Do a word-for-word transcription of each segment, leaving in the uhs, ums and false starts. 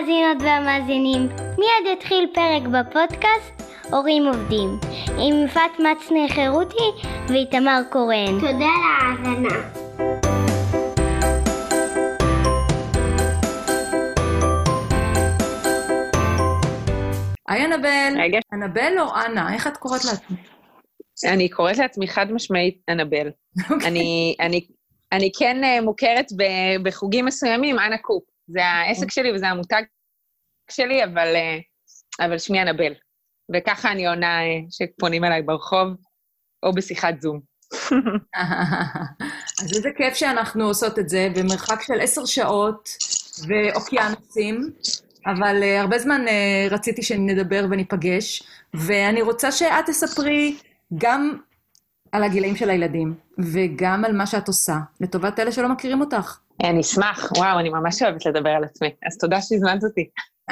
המאזינות והמאזינים, מיד יתחיל פרק בפודקאסט הורים עובדים, עם יפעת מצנר חירותי ואיתמר קורן. תודה על ההאזנה. היי אנבל, רגע. אנבל או אנה? איך את קוראת לעצמי? אני קוראת לעצמי חד משמעית אנבל. Okay. אני, אני, אני כן מוכרת בחוגים מסוימים, אנה קופ. זה העסק שלי וזה המותג שלי, אבל, אבל שמי אנבל. וככה אני עונה שפונים אליי ברחוב, או בשיחת זום. אז איזה כיף שאנחנו עושות את זה, במרחק של עשר שעות ואוקיינוסים, אבל uh, הרבה זמן uh, רציתי שנדבר וניפגש, ואני רוצה שאת תספרי גם על הגילאים של הילדים, וגם על מה שאת עושה, לטובת אלה שלא מכירים אותך. אני אשמח, וואו, אני ממש אוהבת לדבר על עצמי, אז תודה שהזמנת אותי.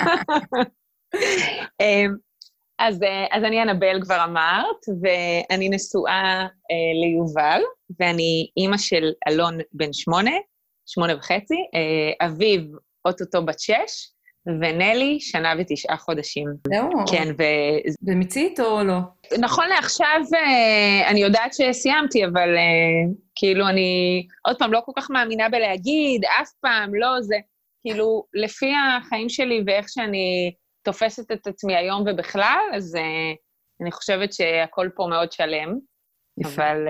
אז, אז אני אנבל כבר אמרת, ואני נשואה uh, ליובל, ואני אימא של אלון בן שמונה, שמונה וחצי, uh, אביב אוטוטו בת שש, ונלי, שנה ותשעה חודשים. זהו. כן, ו... זה מיצית או לא? נכון לעכשיו, אני יודעת שסיימתי, אבל כאילו אני עוד פעם לא כל כך מאמינה בלהגיד, אף פעם לא, זה כאילו לפי החיים שלי ואיך שאני תופסת את עצמי היום ובכלל, אז אני חושבת שהכל פה מאוד שלם. יפה. אבל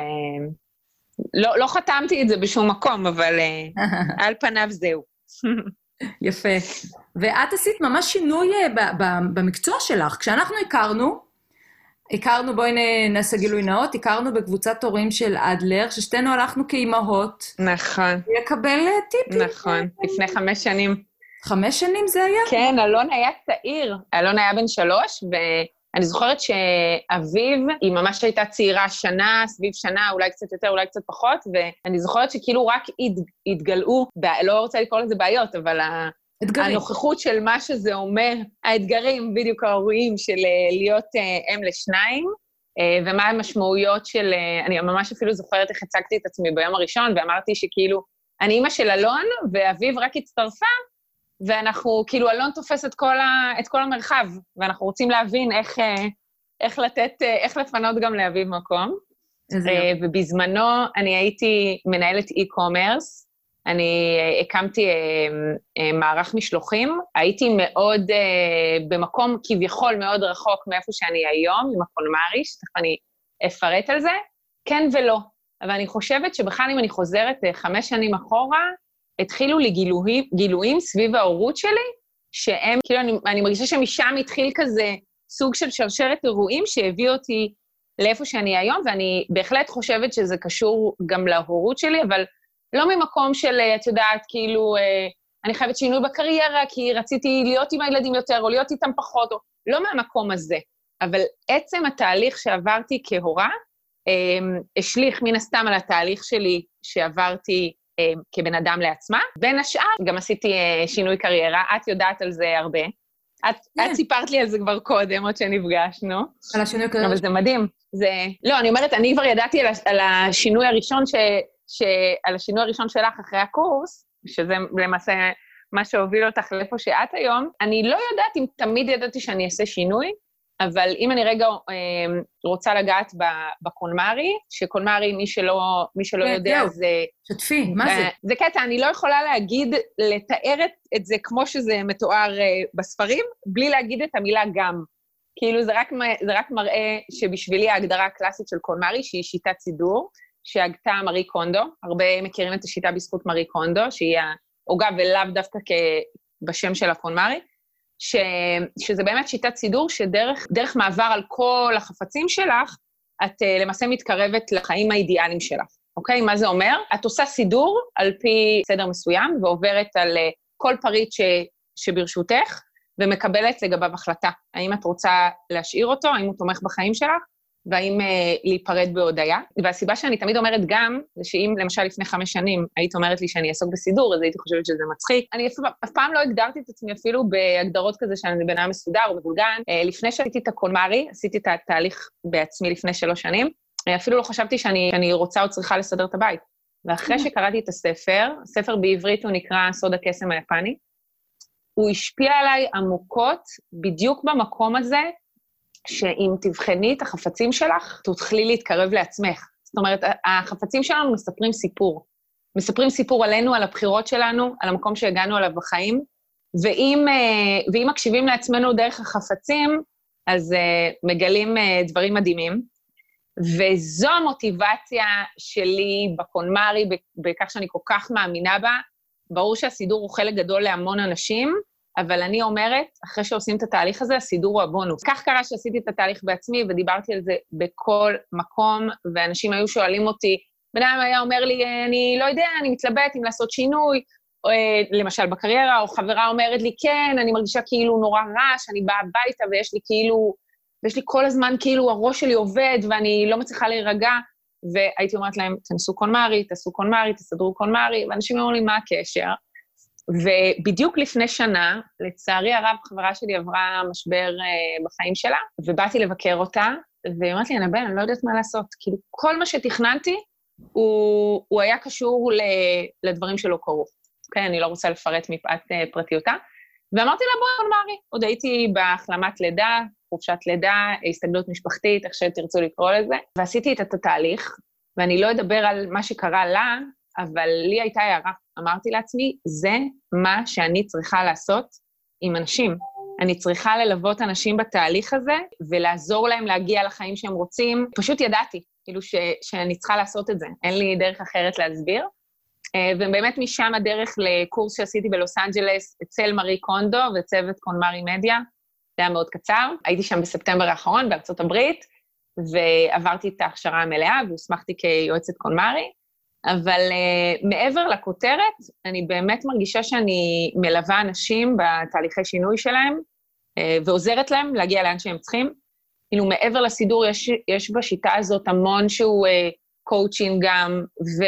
לא, לא חתמתי את זה בשום מקום, אבל על פניו זהו. יפה. ואת עשית ממש שינוי ב- ב- במקצוע שלך. כשאנחנו הכרנו, הכרנו, בואי נעשה גילוי נאות, הכרנו בקבוצת הורים של אדלר, ששתינו הלכנו כאימהות. נכון. לקבל טיפים. נכון, לפני חמש שנים. חמש שנים זה היה? כן, אלון היה צעיר. אלון היה בן שלוש, ואני זוכרת שאביב, היא ממש הייתה צעירה שנה, סביב שנה, אולי קצת יותר, אולי קצת פחות, ואני זוכרת שכאילו רק התגלעו, לא רוצה לקרוא לזה בעיות, אבל אתגרים. הנוכחות של מה שזה אומר, האתגרים בדיוק ההוריים של להיות אם לשניים, ומה המשמעויות של, אני ממש אפילו זוכרת איך הצגתי את עצמי ביום הראשון, ואמרתי שכאילו, אני אימא של אלון, ואביב רק הצטרפה, ואנחנו, כאילו, אלון תופס את כל, ה, את כל המרחב, ואנחנו רוצים להבין איך, איך לתת, איך לפנות גם לאביב מקום. ובזמנו אני הייתי מנהלת e-commerce, אני הקמתי מערך משלוחים, הייתי מאוד במקום כביכול מאוד רחוק מאיפה שאני היום, עם הקולמרי, שתכף אני אפרט על זה, כן ולא. אבל אני חושבת שבכלל אם אני חוזרת חמש שנים אחורה, התחילו לי גילויים, גילויים סביב ההורות שלי, שהם, כאילו אני, אני מרגישה שמשם התחיל כזה סוג של שרשרת אירועים שהביא אותי לאיפה שאני היום, ואני בהחלט חושבת שזה קשור גם להורות שלי, אבל לא ממקום של, את יודעת, כאילו, אני חייבת שינוי בקריירה, כי רציתי להיות עם הילדים יותר, או להיות איתם פחות, או לא מהמקום הזה. אבל עצם התהליך שעברתי כהורה, השליך מן הסתם על התהליך שלי שעברתי כבן אדם לעצמה. בין השאר, גם עשיתי שינוי קריירה, את יודעת על זה הרבה. את, yeah. את סיפרת לי על זה כבר קודם, עוד שנפגשנו. על השינוי קריירה. אבל זה מדהים. זה... לא, אני אומרת, אני כבר ידעתי על, על השינוי הראשון ש... ש... על השינוי הראשון שלך אחרי הקורס, שזה למעשה מה שהוביל אותך לאיפה שאת היום. אני לא יודעת אם תמיד ידעתי שאני אעשה שינוי, אבל אם אני רגע אה, רוצה לגעת בקולמרי, שקולמרי, מי שלא, מי שלא כן, יודע, זה... שתפי, מה זה? זה קטע, אני לא יכולה להגיד, לתאר את זה כמו שזה מתואר אה, בספרים, בלי להגיד את המילה גם. כאילו זה רק, זה רק מראה שבשבילי ההגדרה הקלאסית של קולמרי, שהיא שיטת סידור, שהגתה מארי קונדו, הרבה מכירים את השיטה בזכות מארי קונדו, שהיא ההוגה ולאו דווקא בשם של הקולמרי, ש, שזה באמת שיטת סידור, שדרך דרך מעבר על כל החפצים שלך, את uh, למעשה מתקרבת לחיים האידיאליים שלך, אוקיי? מה זה אומר? את עושה סידור על פי סדר מסוים, ועוברת על uh, כל פריט ש, שברשותך, ומקבלת לגביו החלטה. האם את רוצה להשאיר אותו, האם הוא תומך בחיים שלך, והאם uh, להיפרד בהודעה. והסיבה שאני תמיד אומרת גם, זה שאם למשל לפני חמש שנים היית אומרת לי שאני אעסוק בסידור, אז הייתי חושבת שזה מצחיק. אני אף, אף פעם לא הגדרתי את עצמי אפילו בהגדרות כזה שאני בן אדם מסודר או מבולגן. Uh, לפני שעשיתי את הקולמרי, עשיתי את התהליך בעצמי לפני שלוש שנים, uh, אפילו לא חשבתי שאני, שאני רוצה או צריכה לסדר את הבית. ואחרי שקראתי את הספר, הספר בעברית הוא נקרא סוד הקסם היפני, הוא השפיע עליי עמוקות בדיוק במקום הזה, שאם תבחני את החפצים שלך, תוכלי להתקרב לעצמך. זאת אומרת, החפצים שלנו מספרים סיפור. מספרים סיפור עלינו, על הבחירות שלנו, על המקום שהגענו עליו בחיים, ואם, ואם מקשיבים לעצמנו דרך החפצים, אז מגלים דברים מדהימים. וזו המוטיבציה שלי בקונמרי, בכך שאני כל כך מאמינה בה. ברור שהסידור הוא חלק גדול להמון אנשים, אבל אני אומרת, אחרי שעושים את התהליך הזה, הסידור הוא הבונוס. כך קרה שעשיתי את התהליך בעצמי, ודיברתי על זה בכל מקום, ואנשים היו שואלים אותי, בן אדם היה אומר לי, אני לא יודע, אני מתלבט אם לעשות שינוי, או, למשל בקריירה, או חברה אומרת לי, כן, אני מרגישה כאילו נורא רע, שאני באה הביתה ויש לי כאילו, ויש לי כל הזמן כאילו הראש שלי עובד, ואני לא מצליחה להירגע, והייתי אומרת להם, תנסו קונמרי, תעשו קונמרי, תסדרו קונמרי, ואנשים אומרים לי, מה הקשר? ובדיוק לפני שנה, לצערי הרב, חברה שלי עברה משבר אה, בחיים שלה, ובאתי לבקר אותה, והיא אמרת לי, אנבל, אני לא יודעת מה לעשות. כאילו, כל מה שתכננתי, הוא, הוא היה קשור ל, לדברים שלא קרו. כן, אני לא רוצה לפרט מפאת אה, פרטיותה. ואמרתי לה, בואי קונמרי. עוד הייתי בהחלמת לידה, חופשת לידה, הסתגלות משפחתית, איך שתרצו לקרוא לזה, ועשיתי את התהליך, ואני לא אדבר על מה שקרה לה, אבל לי הייתה הערה. אמרתי לעצמי, זה מה שאני צריכה לעשות עם אנשים. אני צריכה ללוות אנשים בתהליך הזה, ולעזור להם להגיע לחיים שהם רוצים. פשוט ידעתי, כאילו ש, שאני צריכה לעשות את זה. אין לי דרך אחרת להסביר. ובאמת משם הדרך לקורס שעשיתי בלוס אנג'לס, אצל מארי קונדו וצוות קונמרי מדיה, זה היה מאוד קצר. הייתי שם בספטמבר האחרון בארצות הברית, ועברתי את ההכשרה המלאה, והוסמכתי כיועצת קונמרי. אבל uh, מעבר לכותרת, אני באמת מרגישה שאני מלווה אנשים בתהליכי שינוי שלהם, uh, ועוזרת להם להגיע לאן שהם צריכים. כאילו, מעבר לסידור, יש, יש בשיטה הזאת המון שהוא קואוצ'ינג uh, גם,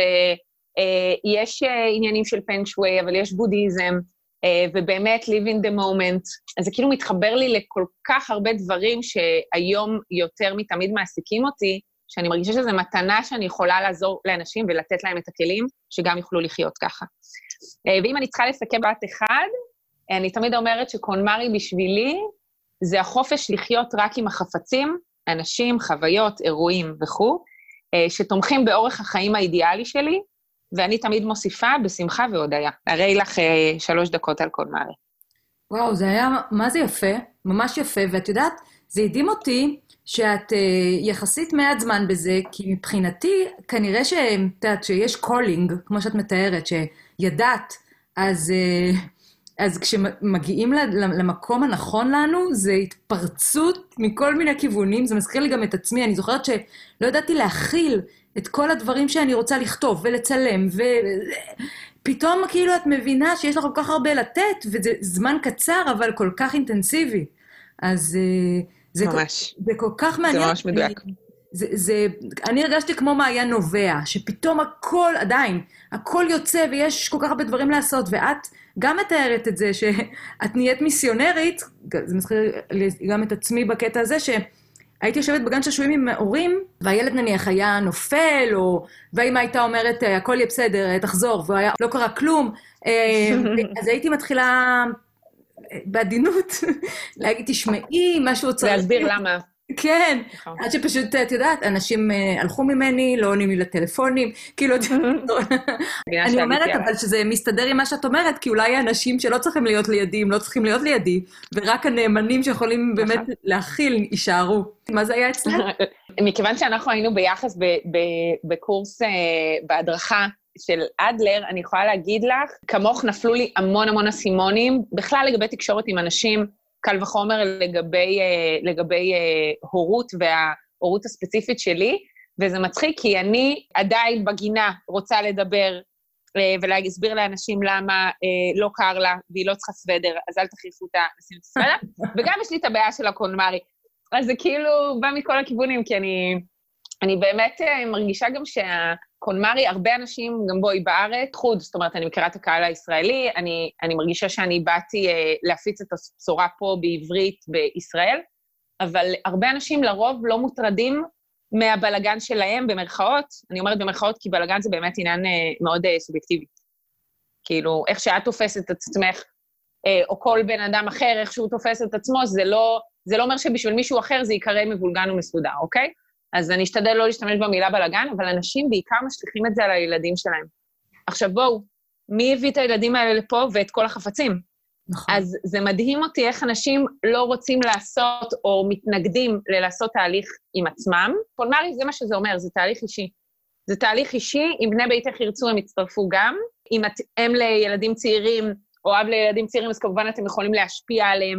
ויש uh, uh, עניינים של פנג שווי, אבל יש בודהיזם, uh, ובאמת live in the moment. אז זה כאילו מתחבר לי לכל כך הרבה דברים שהיום יותר מתמיד מעסיקים אותי, שאני מרגישה שזו מתנה שאני יכולה לעזור לאנשים ולתת להם את הכלים, שגם יוכלו לחיות ככה. ואם אני צריכה לסכם בת אחד, אני תמיד אומרת שקונמרי בשבילי, זה החופש לחיות רק עם החפצים, אנשים, חוויות, אירועים וכו', שתומכים באורך החיים האידיאלי שלי, ואני תמיד מוסיפה בשמחה והודיה. הרי לך שלוש דקות על קונמרי. וואו, זה היה, מה זה יפה? ממש יפה, ואת יודעת, זה הדהים אותי, שאת uh, יחסית מעט זמן בזה, כי מבחינתי, כנראה שאת, שיש קולינג, כמו שאת מתארת, שידעת, אז, uh, אז כשמגיעים למקום הנכון לנו, זה התפרצות מכל מיני כיוונים, זה מזכיר לי גם את עצמי, אני זוכרת שלא ידעתי להכיל את כל הדברים שאני רוצה לכתוב ולצלם, ופתאום כאילו את מבינה שיש לך כל כך הרבה לתת, וזה זמן קצר, אבל כל כך אינטנסיבי. אז... Uh, זה ממש. כל, זה כל כך מעניין. זה ממש מדויק. זה, זה, אני הרגשתי כמו מעיין נובע, שפתאום הכל, עדיין, הכל יוצא ויש כל כך הרבה דברים לעשות, ואת גם מתארת את זה שאת נהיית מיסיונרית, זה מזכיר גם את עצמי בקטע הזה, שהייתי יושבת בגן שעשועים עם הורים, והילד נניח היה נופל, או, והאמא הייתה אומרת, הכל יהיה בסדר, תחזור, ולא קרה כלום, אז הייתי מתחילה... בעדינות, להגיד, תשמעי, משהו צריך... להסביר למה. כן, עד שפשוט, את יודעת, אנשים הלכו ממני, לא עונים לי לטלפונים, כאילו, אני אומרת, אבל שזה מסתדר עם מה שאת אומרת, כי אולי האנשים שלא צריכים להיות לידי, הם לא צריכים להיות לידי, ורק הנאמנים שיכולים באמת להכיל, יישארו. מה זה היה אצלנו? מכיוון שאנחנו היינו ביחס בקורס בהדרכה, של אדלר, אני יכולה להגיד לך, כמוך נפלו לי המון המון אסימונים, בכלל לגבי תקשורת עם אנשים, קל וחומר לגבי, לגבי הורות וההורות הספציפית שלי, וזה מצחיק כי אני עדיין בגינה רוצה לדבר ולהסביר לאנשים למה לא קר לה והיא לא צריכה סוודר, אז אל תחליפו אותה לשים את הסוודר, וגם יש לי את הבעיה של הקונמרי. אז זה כאילו בא מכל הכיוונים, כי אני, אני באמת מרגישה גם שהקונמרי, הרבה אנשים, גם בואי בארץ, חוד, זאת אומרת, אני מכירה את הקהל הישראלי, אני, אני מרגישה שאני באתי להפיץ את הבשורה פה בעברית בישראל, אבל הרבה אנשים לרוב לא מוטרדים מהבלגן שלהם במרכאות, אני אומרת במרכאות כי בלגן זה באמת עניין מאוד סובייקטיבי. כאילו, איך שאת תופסת את עצמך, או כל בן אדם אחר, איך שהוא תופס את עצמו, זה לא, זה לא אומר שבשביל מישהו אחר זה יקרא מבולגן ומסודר, אוקיי? אז אני אשתדל לא להשתמש במילה בלגן, אבל אנשים בעיקר משליכים את זה על הילדים שלהם. עכשיו בואו, מי הביא את הילדים האלה לפה ואת כל החפצים? נכון. אז זה מדהים אותי איך אנשים לא רוצים לעשות או מתנגדים ללעשות תהליך עם עצמם. קולמרי זה מה שזה אומר, זה תהליך אישי. זה תהליך אישי, אם בני ביתך ירצו הם יצטרפו גם, אם את אם לילדים צעירים או אב לילדים צעירים, אז כמובן אתם יכולים להשפיע עליהם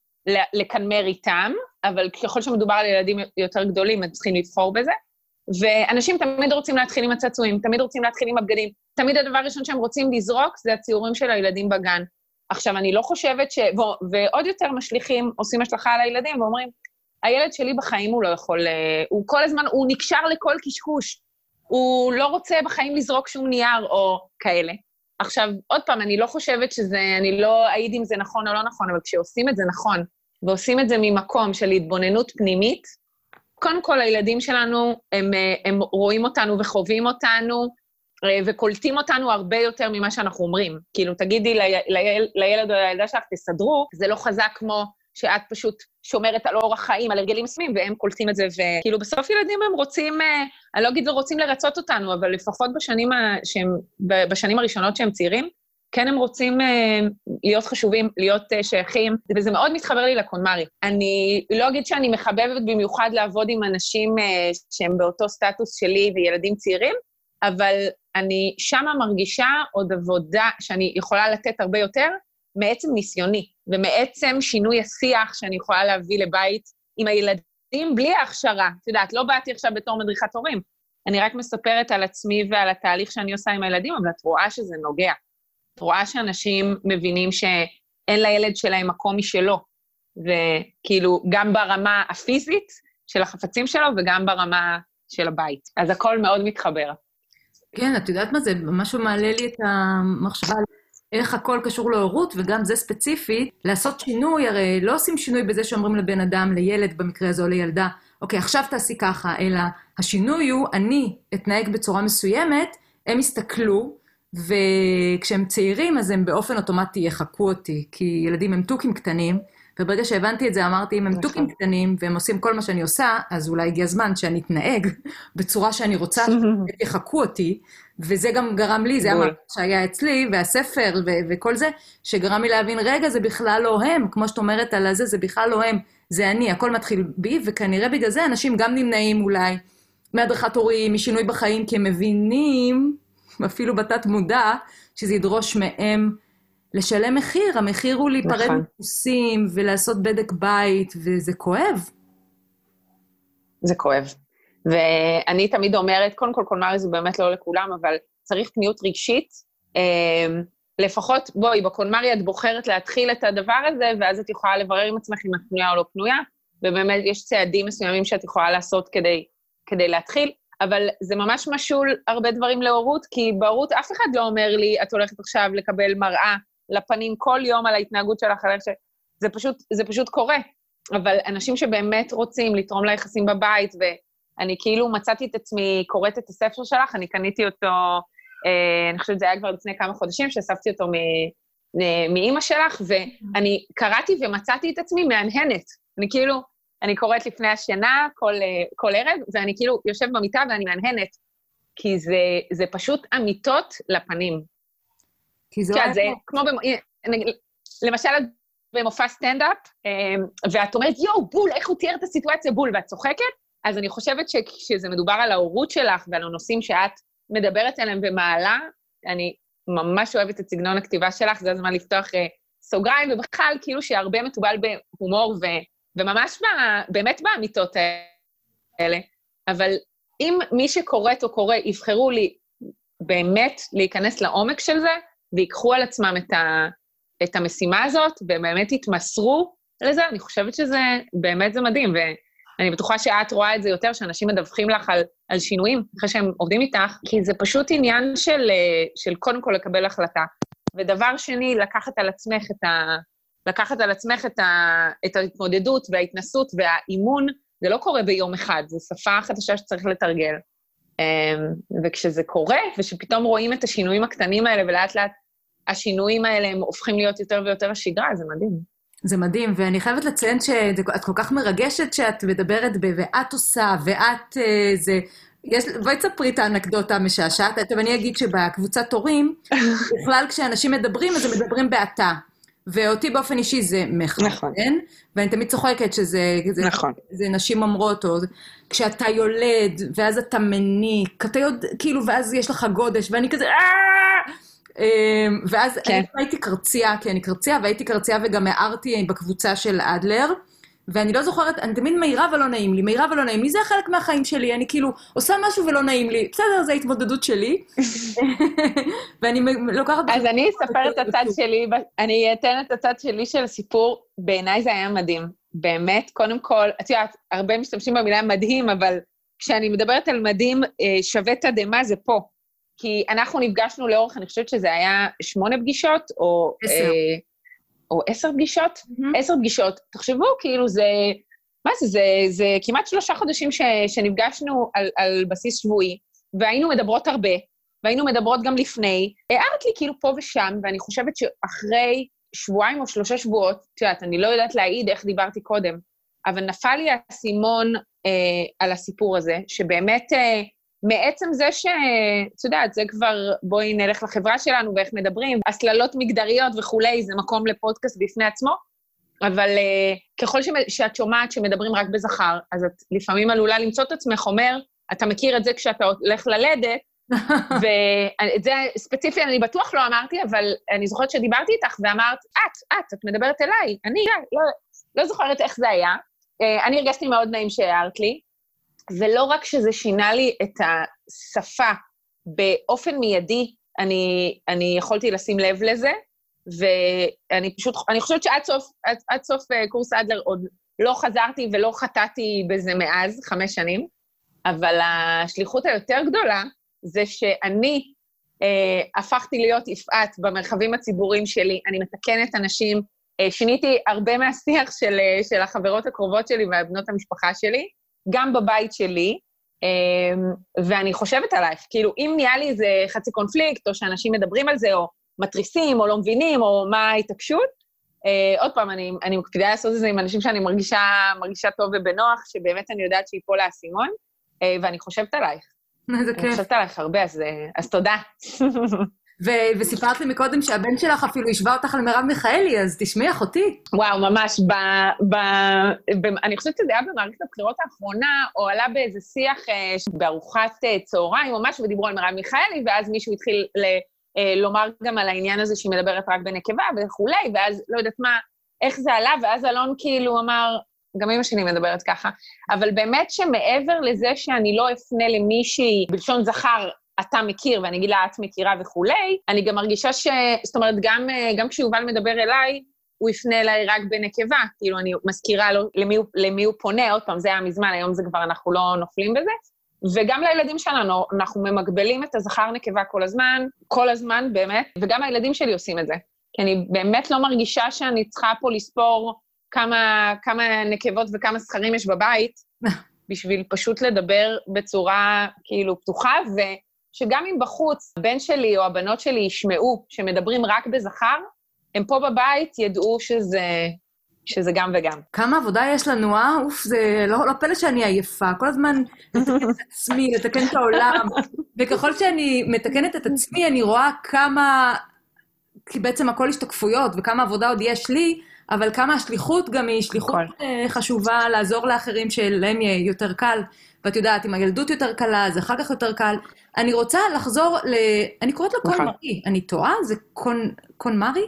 ולקנמר איתם, אבל ככל שמדובר על ילדים יותר גדולים, הם צריכים לבחור בזה. ואנשים תמיד רוצים להתחיל עם הצעצועים, תמיד רוצים להתחיל עם הבגדים, תמיד הדבר הראשון שהם רוצים לזרוק, זה הציורים של הילדים בגן. עכשיו, אני לא חושבת ש... ועוד יותר משליחים, עושים השלכה על הילדים, ואומרים, הילד שלי בחיים הוא לא יכול... הוא כל הזמן, הוא נקשר לכל קשקוש, הוא לא רוצה בחיים לזרוק שום נייר או כאלה. עכשיו, עוד פעם, אני לא חושבת שזה... אני לא אעיד אם זה נכון או לא נכון, אבל כשעושים את זה נכון, ועושים את זה ממקום של התבוננות פנימית, קודם כל, הילדים שלנו, הם, הם רואים אותנו וחווים אותנו, וקולטים אותנו הרבה יותר ממה שאנחנו אומרים. כאילו, תגידי ליל, לילד או לילדה שלך, תסדרו, זה לא חזק כמו שאת פשוט שומרת על אורח חיים, על הרגלים מסוימים, והם קולטים את זה, וכאילו, בסוף ילדים הם רוצים, אני לא אגיד לא רוצים לרצות אותנו, אבל לפחות בשנים, שהם, בשנים הראשונות שהם צעירים, כן הם רוצים להיות חשובים, להיות שייכים, וזה מאוד מתחבר לי לקונמרי. אני לא אגיד שאני מחבבת במיוחד לעבוד עם אנשים שהם באותו סטטוס שלי וילדים צעירים, אבל אני שמה מרגישה עוד עבודה שאני יכולה לתת הרבה יותר מעצם ניסיוני, ומעצם שינוי השיח שאני יכולה להביא לבית עם הילדים בלי ההכשרה. את יודעת, לא באתי עכשיו בתור מדריכת הורים, אני רק מספרת על עצמי ועל התהליך שאני עושה עם הילדים, אבל את רואה שזה נוגע. את רואה שאנשים מבינים שאין לילד שלהם מקום משלו, וכאילו גם ברמה הפיזית של החפצים שלו, וגם ברמה של הבית. אז הכל מאוד מתחבר. כן, את יודעת מה זה? משהו מעלה לי את המחשבה על איך הכל קשור להורות, וגם זה ספציפית, לעשות שינוי, הרי לא עושים שינוי בזה שאומרים לבן אדם, לילד במקרה הזה או לילדה, אוקיי, עכשיו תעשי ככה, אלא השינוי הוא, אני אתנהג בצורה מסוימת, הם יסתכלו, וכשהם צעירים, אז הם באופן אוטומטי יחקו אותי, כי ילדים הם טוקים קטנים, וברגע שהבנתי את זה, אמרתי, אם הם טוקים קטנים, והם עושים כל מה שאני עושה, אז אולי הגיע הזמן שאני אתנהג בצורה שאני רוצה, יחקו אותי, וזה גם גרם לי, זה המהלך שהיה אצלי, והספר ו- וכל זה, שגרם לי להבין, רגע, זה בכלל לא הם, כמו שאת אומרת על הזה, זה בכלל לא הם, זה אני, הכל מתחיל בי, וכנראה בגלל זה אנשים גם נמנעים אולי, מהדרכת הורים, משינוי בחיים, כי הם מבינים, אפילו בתת מודע, שזה ידרוש מהם לשלם מחיר. המחיר הוא להיפרד מפוסים ולעשות בדק בית, וזה כואב. זה כואב. ואני תמיד אומרת, קודם כל, קולמרי זה באמת לא לכולם, אבל צריך פניות רגשית. לפחות, בואי, בקולמרי את בוחרת להתחיל את הדבר הזה, ואז את יכולה לברר עם עצמך אם את פנויה או לא פנויה, ובאמת יש צעדים מסוימים שאת יכולה לעשות כדי, כדי להתחיל. אבל זה ממש משול הרבה דברים להורות, כי בהורות אף אחד לא אומר לי, את הולכת עכשיו לקבל מראה לפנים כל יום על ההתנהגות שלך, זה פשוט, זה פשוט קורה. אבל אנשים שבאמת רוצים לתרום ליחסים בבית, ואני כאילו מצאתי את עצמי, קוראת את הספר שלך, אני קניתי אותו, אה, אני חושבת זה היה כבר לפני כמה חודשים, שאספתי אותו מאמא שלך, ואני קראתי ומצאתי את עצמי מהנהנת. אני כאילו, אני קוראת לפני השינה כל, כל ערב, ואני כאילו יושב במיטה ואני מהנהנת, כי זה, זה פשוט אמיתות לפנים. כי זו... זה כמו, במ... למשל, במופע סטנדאפ, ואת אומרת, יואו, בול, איך הוא תיאר את הסיטואציה בול, ואת צוחקת, אז אני חושבת שכשזה מדובר על ההורות שלך, ועל הנושאים שאת מדברת עליהם ומעלה, אני ממש אוהבת את סגנון הכתיבה שלך, זה הזמן לפתוח סוגריים, ובכלל, כאילו שהרבה מטובל בהומור ו... וממש בא, באמת באמיתות האלה, אבל אם מי שקוראת או קורא יבחרו לי באמת להיכנס לעומק של זה, ויקחו על עצמם את, ה, את המשימה הזאת, ובאמת יתמסרו לזה, אני חושבת שזה, באמת זה מדהים, ואני בטוחה שאת רואה את זה יותר, שאנשים מדווחים לך על, על שינויים, אחרי שהם עובדים איתך, כי זה פשוט עניין של, של קודם כל לקבל החלטה, ודבר שני, לקחת על עצמך את ה... לקחת על עצמך את, ה, את ההתמודדות וההתנסות והאימון, זה לא קורה ביום אחד, זו שפה חדשה שצריך לתרגל. וכשזה קורה, ושפתאום רואים את השינויים הקטנים האלה, ולאט לאט השינויים האלה הם הופכים להיות יותר ויותר השגרה, זה מדהים. זה מדהים, ואני חייבת לציין שאת כל כך מרגשת שאת מדברת ב... ואת עושה, ואת זה... יש... בואי תספרי את האנקדוטה המשעשעת. טוב, אני אגיד שבקבוצת הורים, בכלל כשאנשים מדברים, אז הם מדברים באתה. ואותי באופן אישי זה מכוון. נכון. ואני תמיד צוחקת שזה... נכון. זה נשים אומרות, או... כשאתה יולד, ואז אתה מניק, אתה יודע, כאילו, ואז יש לך גודש, ואני כזה... ואז אני הייתי קרצייה, כי אני קרצייה, והייתי קרצייה וגם הערתי בקבוצה של אדלר, ואני לא זוכרת, אני תמיד מהירה ולא נעים לי, מהירה ולא נעים לי, זה חלק מהחיים שלי, אני כאילו עושה משהו ולא נעים לי, בסדר, זו ההתמודדות שלי, ואני לוקחת... אז אני אספר את הצד שלי, אני אתן את הצד שלי של הסיפור, בעיניי זה היה מדהים, באמת, קודם כל, את יודעת, הרבה משתמשים במילה מדהים, אבל כשאני מדברת על מדהים, שווה תדמה זה פה, כי אנחנו נפגשנו לאורך, אני חושבת שזה היה שמונה פגישות, או עשר, אה, או עשר פגישות, mm-hmm. עשר פגישות, תחשבו, כאילו זה, מה זה, זה, זה כמעט שלושה חודשים ש, שנפגשנו על, על בסיס שבועי, והיינו מדברות הרבה, והיינו מדברות גם לפני, הערת לי כאילו פה ושם, ואני חושבת שאחרי שבועיים או שלושה שבועות, תיודעת, אני לא יודעת להעיד איך דיברתי קודם, אבל נפל לי הסימון אה, על הסיפור הזה, שבאמת... אה, מעצם זה ש... את יודעת, זה כבר, בואי נלך לחברה שלנו ואיך מדברים, הסללות מגדריות וכולי, זה מקום לפודקאסט בפני עצמו, אבל uh, ככל ש... שאת שומעת שמדברים רק בזכר, אז את לפעמים עלולה למצוא את עצמך, אומר, אתה מכיר את זה כשאתה הולך ללדת, ואת זה ספציפי אני בטוח לא אמרתי, אבל אני זוכרת שדיברתי איתך ואמרת, את, את, את מדברת אליי, אני לא, לא זוכרת איך זה היה, uh, אני הרגשתי מאוד נעים שהערת לי, ולא רק שזה שינה לי את השפה באופן מיידי, אני, אני יכולתי לשים לב לזה, ואני פשוט, אני חושבת שעד סוף, עד, עד סוף קורס אדלר עוד לא חזרתי ולא חטאתי בזה מאז, חמש שנים, אבל השליחות היותר גדולה זה שאני אה, הפכתי להיות יפעת במרחבים הציבוריים שלי, אני מתקנת אנשים, אה, שיניתי הרבה מהשיח של, של החברות הקרובות שלי והבנות המשפחה שלי, גם בבית שלי, ואני חושבת עלייך, כאילו, אם נהיה לי איזה חצי קונפליקט, או שאנשים מדברים על זה, או מטריסים, או לא מבינים, או מה ההתעקשות, עוד פעם, אני, אני מקפידה לעשות את זה עם אנשים שאני מרגישה, מרגישה טוב ובנוח, שבאמת אני יודעת שיפול האסימון, ואני חושבת עלייך. זה כיף. אני חושבת עלייך הרבה, אז, אז תודה. ו- וסיפרת לי מקודם שהבן שלך אפילו השווה אותך למרב מיכאלי, אז תשמעי אחותי. וואו, ממש, ב- ב- ב- אני חושבת שזה היה במערכת הבחירות האחרונה, או עלה באיזה שיח אה, בארוחת אה, צהריים או משהו, ודיברו על מרב מיכאלי, ואז מישהו התחיל ל- אה, לומר גם על העניין הזה שהיא מדברת רק בנקבה וכולי, ואז לא יודעת מה, איך זה עלה, ואז אלון כאילו אמר, גם אמא שלי מדברת ככה, אבל באמת שמעבר לזה שאני לא אפנה למישהי בלשון זכר, אתה מכיר, ואני אגיד לה, את מכירה וכולי, אני גם מרגישה ש... זאת אומרת, גם, גם כשיובל מדבר אליי, הוא יפנה אליי רק בנקבה, כאילו אני מזכירה לו למי הוא, למי הוא פונה, עוד פעם, זה היה מזמן, היום זה כבר אנחנו לא נופלים בזה, וגם לילדים שלנו, אנחנו ממגבלים את הזכר נקבה כל הזמן, כל הזמן באמת, וגם הילדים שלי עושים את זה, כי אני באמת לא מרגישה שאני צריכה פה לספור כמה, כמה נקבות וכמה זכרים יש בבית, בשביל פשוט לדבר בצורה כאילו פתוחה, ו... שגם אם בחוץ, הבן שלי או הבנות שלי ישמעו שמדברים רק בזכר, הם פה בבית ידעו שזה, שזה גם וגם. כמה עבודה יש לנו, אה? אוף, זה לא, לא פלא שאני עייפה. כל הזמן לתקן את עצמי, לתקן את העולם. וככל שאני מתקנת את עצמי, אני רואה כמה, כי בעצם הכל השתקפויות, וכמה עבודה עוד יש לי, אבל כמה השליחות גם היא שליחות חשובה לעזור לאחרים שלהם יהיה יותר קל. ואת יודעת, אם הילדות יותר קלה, זה אחר כך יותר קל. אני רוצה לחזור ל... אני קוראת לו קון מרי. אני טועה? זה קון, קון מרי?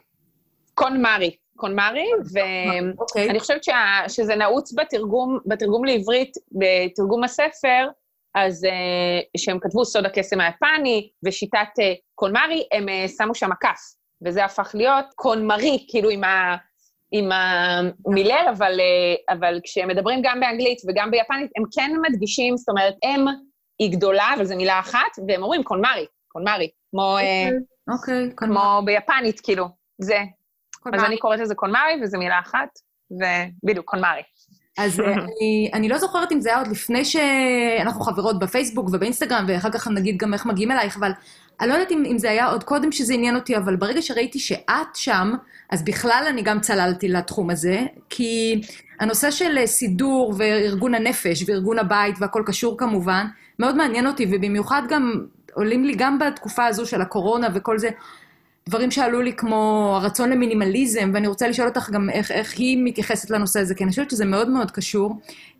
קון מרי. קון מרי, ואני חושבת שזה נעוץ בתרגום, בתרגום לעברית, בתרגום הספר, אז שהם כתבו סוד הקסם היפני, ושיטת קון מרי, הם שמו שם מקף, וזה הפך להיות קון מרי, כאילו עם ה... עם המילר, אבל, אבל כשהם מדברים גם באנגלית וגם ביפנית, הם כן מדגישים, זאת אומרת, הם היא גדולה, אבל זו מילה אחת, והם אומרים קונמרי, קונמרי, כמו, okay, okay, כמו ביפנית, כאילו, זה. אז אני קוראת לזה קונמרי, וזו מילה אחת, ובדיוק, קונמרי. אז אני, אני לא זוכרת אם זה היה עוד לפני שאנחנו חברות בפייסבוק ובאינסטגרם, ואחר כך נגיד גם איך מגיעים אלייך, אבל אני לא יודעת אם, אם זה היה עוד קודם שזה עניין אותי, אבל ברגע שראיתי שאת שם, אז בכלל אני גם צללתי לתחום הזה, כי הנושא של סידור וארגון הנפש וארגון הבית והכל קשור כמובן, מאוד מעניין אותי, ובמיוחד גם עולים לי גם בתקופה הזו של הקורונה וכל זה, דברים שעלו לי כמו הרצון למינימליזם, ואני רוצה לשאול אותך גם איך, איך היא מתייחסת לנושא הזה, כי אני חושבת שזה מאוד מאוד קשור.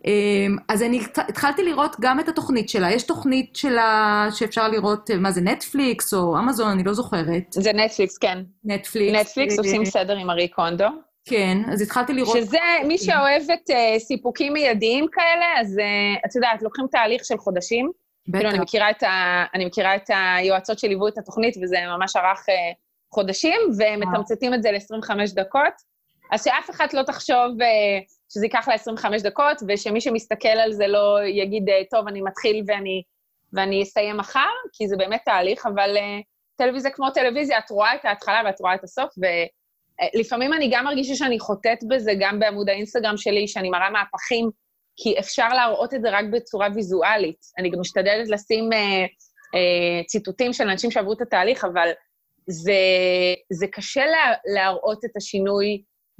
אז אני התחלתי לראות גם את התוכנית שלה, יש תוכנית שלה שאפשר לראות, מה זה, נטפליקס או אמזון, אני לא זוכרת. זה נטפליקס, כן. נטפליקס. נטפליקס עושים סדר עם מארי קונדו. כן, אז התחלתי לראות... שזה, מי שאוהבת uh, סיפוקים מיידיים כאלה, אז uh, את יודעת, לוקחים תהליך של חודשים. בטח. כאילו, אני מכירה את, ה, אני מכירה את היועצות שליוו את התוכנית, וזה ממש ערך uh, חודשים, ומתמצתים את זה ל-עשרים וחמש דקות. אז שאף אחד לא תחשוב uh, שזה ייקח לה עשרים וחמש דקות, ושמי שמסתכל על זה לא יגיד, טוב, אני מתחיל ואני, ואני אסיים מחר, כי זה באמת תהליך, אבל uh, טלוויזיה כמו טלוויזיה, את רואה את ההתחלה ואת רואה את הסוף, ו... לפעמים אני גם מרגישה שאני חוטאת בזה, גם בעמוד האינסטגרם שלי, שאני מראה מהפכים, כי אפשר להראות את זה רק בצורה ויזואלית. אני גם משתדלת לשים אה, אה, ציטוטים של אנשים שעברו את התהליך, אבל זה, זה קשה לה, להראות את השינוי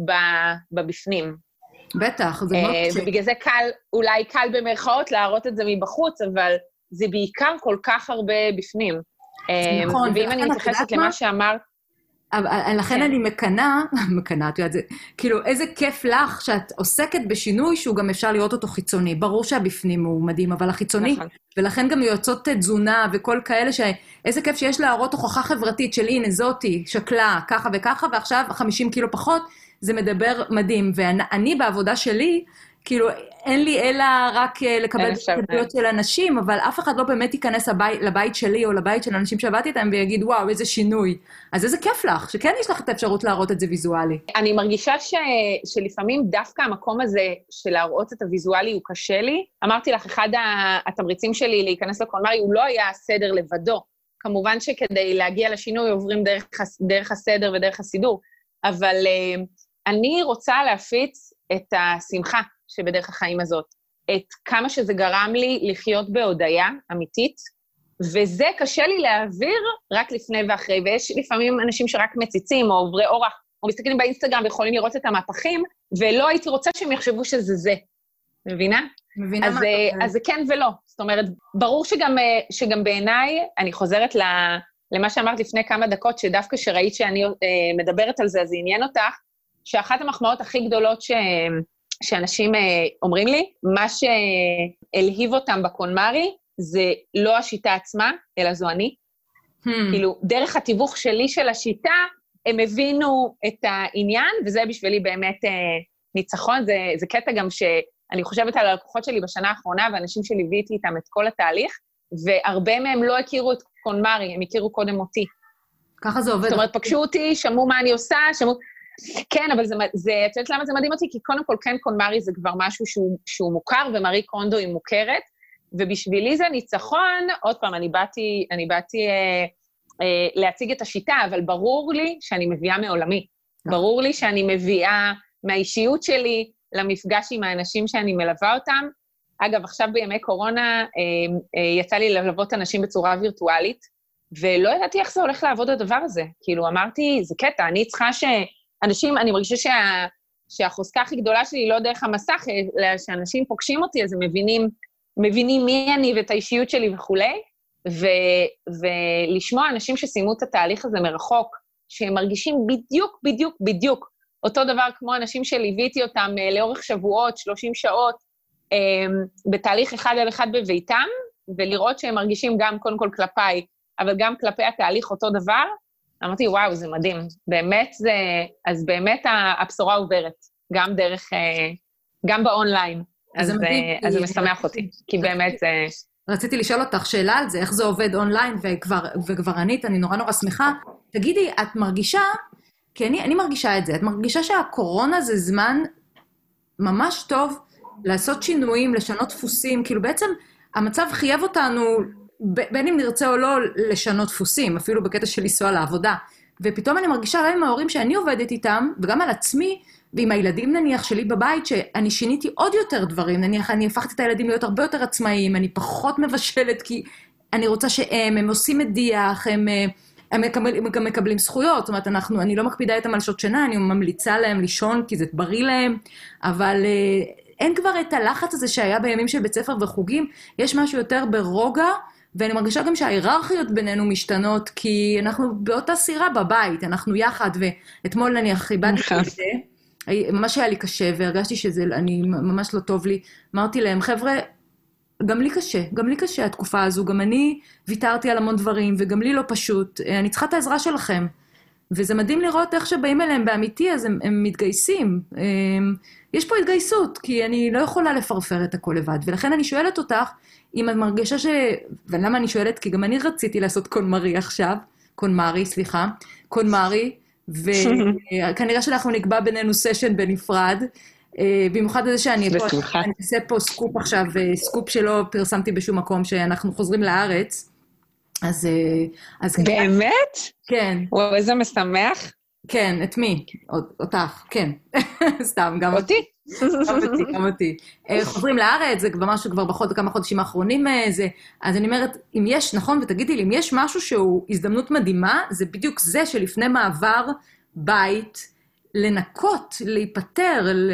בבפנים. בטח, זה אה, מאוד קשה. ובגלל זה קל, אולי קל במרכאות להראות את זה מבחוץ, אבל זה בעיקר כל כך הרבה בפנים. אה, נכון. ואם אני מתייחסת למה שאמרת, לכן אני מקנה, מקנה, את יודעת, זה, כאילו, איזה כיף לך שאת עוסקת בשינוי שהוא גם אפשר לראות אותו חיצוני. ברור שהבפנים הוא מדהים, אבל החיצוני, ולכן גם יועצות תזונה וכל כאלה, שאיזה כיף שיש להראות הוכחה חברתית של הנה, זאתי, שקלה, ככה וככה, ועכשיו חמישים קילו פחות, זה מדבר מדהים. ואני בעבודה שלי, כאילו, אין לי אלא רק לקבל את התקדמיות של אנשים, אבל אף אחד לא באמת ייכנס לבית, לבית שלי או לבית של אנשים שעבדתי איתם ויגיד, וואו, איזה שינוי. אז איזה כיף לך, שכן יש לך את האפשרות להראות את זה ויזואלי. אני מרגישה ש... שלפעמים דווקא המקום הזה של להראות את הוויזואלי הוא קשה לי. אמרתי לך, אחד התמריצים שלי להיכנס לקולנרי, הוא לא היה הסדר לבדו. כמובן שכדי להגיע לשינוי עוברים דרך, דרך הסדר ודרך הסידור, אבל uh, אני רוצה להפיץ את השמחה שבדרך החיים הזאת, את כמה שזה גרם לי לחיות בהודעה אמיתית, וזה קשה לי להעביר רק לפני ואחרי, ויש לפעמים אנשים שרק מציצים, או עוברי אורח, או מסתכלים באינסטגרם ויכולים לראות את המהפכים, ולא הייתי רוצה שהם יחשבו שזה זה. מבינה? מבינה אז, מה? אז זה כן ולא. זאת אומרת, ברור שגם, שגם בעיניי, אני חוזרת למה שאמרת לפני כמה דקות, שדווקא שראית שאני מדברת על זה, אז זה עניין אותך, שאחת המחמאות הכי גדולות ש... שאנשים אה, אומרים לי, מה שהלהיב אותם בקונמרי, זה לא השיטה עצמה, אלא זו אני. Hmm. כאילו, דרך התיווך שלי של השיטה, הם הבינו את העניין, וזה בשבילי באמת אה, ניצחון. זה, זה קטע גם שאני חושבת על הלקוחות שלי בשנה האחרונה, ואנשים שליוויתי איתם את כל התהליך, והרבה מהם לא הכירו את קונמרי, הם הכירו קודם אותי. ככה זה עובד. זאת אומרת, פגשו אותי, שמעו מה אני עושה, שמעו... כן, אבל זה, זה, את יודעת למה זה מדהים אותי? כי קודם כל, כן, קונמרי זה כבר משהו שהוא, שהוא מוכר, ומארי קונדו היא מוכרת, ובשבילי זה ניצחון, עוד פעם, אני באתי, אני באתי אה, אה, להציג את השיטה, אבל ברור לי שאני מביאה מעולמי. ברור לי שאני מביאה מהאישיות שלי למפגש עם האנשים שאני מלווה אותם. אגב, עכשיו בימי קורונה, אה, אה, יצא לי ללוות אנשים בצורה וירטואלית, ולא ידעתי איך זה הולך לעבוד הדבר הזה. כאילו, אמרתי, זה קטע, אני צריכה ש... אנשים, אני מרגישה שה, שהחוזקה הכי גדולה שלי לא דרך המסך, אלא שאנשים פוגשים אותי, אז הם מבינים, מבינים מי אני ואת האישיות שלי וכולי, ו, ולשמוע אנשים שסיימו את התהליך הזה מרחוק, שהם מרגישים בדיוק, בדיוק, בדיוק, אותו דבר כמו אנשים שליוויתי אותם לאורך שבועות, שלושים שעות, בתהליך אחד על אחד בביתם, ולראות שהם מרגישים גם קודם כל כלפיי, אבל גם כלפי התהליך אותו דבר, אמרתי, וואו, זה מדהים. באמת זה, אז באמת הבשורה עוברת, גם דרך, גם באונליין. אז זה מדהים. אז זה משמח אותי, כי באמת זה... רציתי לשאול אותך שאלה על זה, איך זה עובד אונליין, וכבר, וכבר ענית, אני נורא נורא שמחה. תגידי, את מרגישה, כי אני, אני מרגישה את זה, את מרגישה שהקורונה זה זמן ממש טוב לעשות שינויים, לשנות דפוסים, כאילו בעצם המצב חייב אותנו... בין אם נרצה או לא לשנות דפוסים, אפילו בקטע של לנסוע לעבודה. ופתאום אני מרגישה גם עם ההורים שאני עובדת איתם, וגם על עצמי, ועם הילדים נניח שלי בבית, שאני שיניתי עוד יותר דברים, נניח אני הפכתי את הילדים להיות הרבה יותר עצמאיים, אני פחות מבשלת, כי אני רוצה שהם, הם עושים מדיח, הם, הם, מקבל, הם גם מקבלים זכויות, זאת אומרת, אנחנו, אני לא מקפידה איתם על שעות שינה, אני ממליצה להם לישון, כי זה בריא להם, אבל אין כבר את הלחץ הזה שהיה בימים של בית ספר וחוגים, יש משהו יותר ברוגע, ואני מרגישה גם שההיררכיות בינינו משתנות, כי אנחנו באותה סירה בבית, אנחנו יחד, ואתמול אני איבדתי את זה, ממש היה לי קשה, והרגשתי שזה, אני ממש לא טוב לי, אמרתי להם, חבר'ה, גם לי קשה, גם לי קשה התקופה הזו, גם אני ויתרתי על המון דברים, וגם לי לא פשוט, אני צריכה את העזרה שלכם, וזה מדהים לראות איך שבאים אליהם באמיתי, אז הם, הם מתגייסים, יש פה התגייסות, כי אני לא יכולה לפרפר את הכל לבד, ולכן אני שואלת אותך, אם את מרגישה ש... ולמה אני שואלת? כי גם אני רציתי לעשות קונמרי עכשיו, קונמרי, סליחה, קונמרי, וכנראה שאנחנו נקבע בינינו סשן בנפרד, במיוחד הזה שאני פה, אני אעשה פה סקופ עכשיו, סקופ שלא פרסמתי בשום מקום, שאנחנו חוזרים לארץ, אז... אז באמת? כן. וואו, איזה משמח. כן, את מי? אותך, כן. סתם, גם אותי. גם אותי, גם אותי. חוזרים לארץ, זה ממש כבר בחוד, כמה חודשים האחרונים, זה, אז אני אומרת, אם יש, נכון, ותגידי לי, אם יש משהו שהוא הזדמנות מדהימה, זה בדיוק זה שלפני מעבר בית, לנקות, להיפטר, ל...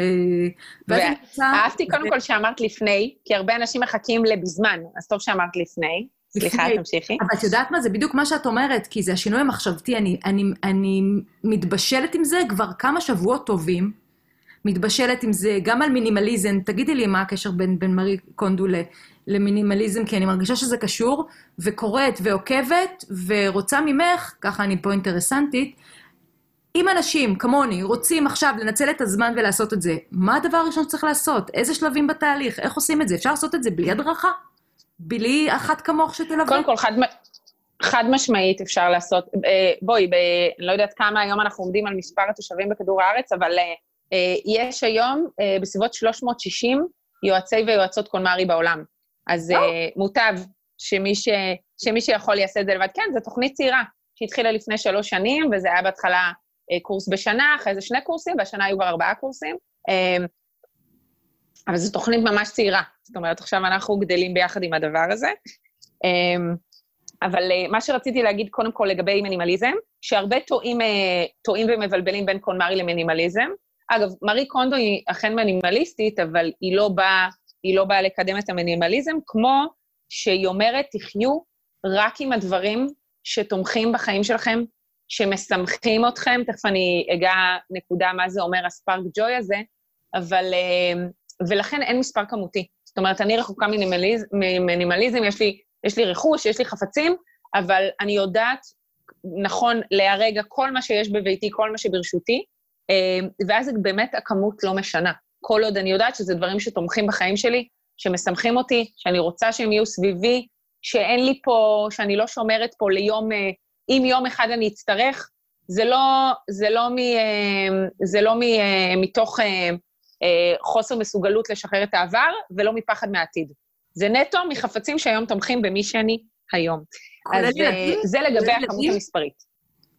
ואהבתי קודם כל שאמרת לפני, כי הרבה אנשים מחכים לבזמן, אז טוב שאמרת לפני. סליחה, תמשיכי. אבל את יודעת מה? זה בדיוק מה שאת אומרת, כי זה השינוי המחשבתי, אני, אני, אני מתבשלת עם זה כבר כמה שבועות טובים, מתבשלת עם זה גם על מינימליזם, תגידי לי מה הקשר בין, בין מארי קונדו למינימליזם, כי אני מרגישה שזה קשור, וקוראת ועוקבת, ורוצה ממך, ככה אני פה אינטרסנטית, אם אנשים כמוני רוצים עכשיו לנצל את הזמן ולעשות את זה, מה הדבר הראשון שצריך לעשות? איזה שלבים בתהליך? איך עושים את זה? אפשר לעשות את זה בלי הדרכה? בלי אחת כמוך שתלווה? קודם כל, חד, חד משמעית אפשר לעשות, בואי, ב, אני לא יודעת כמה היום אנחנו עומדים על מספר התושבים בכדור הארץ, אבל יש היום בסביבות שלוש מאות ושישים יועצי ויועצות קונמרי בעולם. אז מוטב שמי, ש, שמי שיכול יעשה את זה לבד. כן, זו תוכנית צעירה שהתחילה לפני שלוש שנים, וזה היה בהתחלה קורס בשנה, אחרי זה שני קורסים, והשנה היו כבר ארבעה קורסים. אבל זו תוכנית ממש צעירה. זאת אומרת, עכשיו אנחנו גדלים ביחד עם הדבר הזה. אבל מה שרציתי להגיד קודם כל לגבי מינימליזם, שהרבה טועים, טועים ומבלבלים בין קונמרי למינימליזם. אגב, מארי קונדו היא אכן מינימליסטית, אבל היא לא באה, היא לא באה לקדם את המינימליזם, כמו שהיא אומרת, תחיו רק עם הדברים שתומכים בחיים שלכם, שמשמחים אתכם, תכף אני אגע נקודה מה זה אומר הספארק ג'וי הזה, אבל, ולכן אין מספר כמותי. זאת אומרת, אני רחוקה מינימליז, מינימליזם, יש לי, יש לי רכוש, יש לי חפצים, אבל אני יודעת, נכון, להרגע כל מה שיש בביתי, כל מה שברשותי, ואז באמת הכמות לא משנה. כל עוד אני יודעת שזה דברים שתומכים בחיים שלי, שמשמחים אותי, שאני רוצה שהם יהיו סביבי, שאין לי פה, שאני לא שומרת פה ליום, אם יום אחד אני אצטרך, זה לא, זה לא, מ, זה לא מ, מתוך חוסר מסוגלות לשחרר את העבר, ולא מפחד מהעתיד. זה נטו מחפצים שהיום תומכים במי שאני היום. אז ילדים? זה לגבי הכמות המספרית.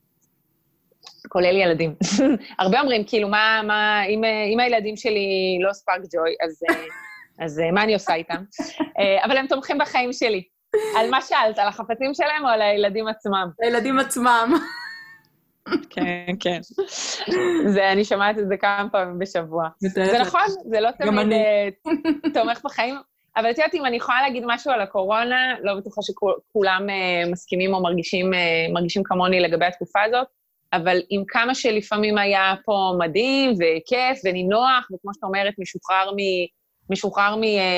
כולל ילדים. הרבה אומרים, כאילו, מה, מה, אם, אם הילדים שלי לא ספארק ג'וי, אז, אז מה אני עושה איתם? אבל הם תומכים בחיים שלי. על מה שאלת? על החפצים שלהם או על הילדים עצמם? הילדים עצמם. כן, כן. זה, אני שומעת את זה כמה פעמים בשבוע. זה נכון, זה לא תמיד תומך בחיים, אבל את יודעת, אם אני יכולה להגיד משהו על הקורונה, לא בטוחה שכולם מסכימים או מרגישים, מרגישים כמוני לגבי התקופה הזאת, אבל עם כמה שלפעמים היה פה מדהים וכיף ונינוח, וכמו שאת אומרת, משוחרר, מ, משוחרר מ,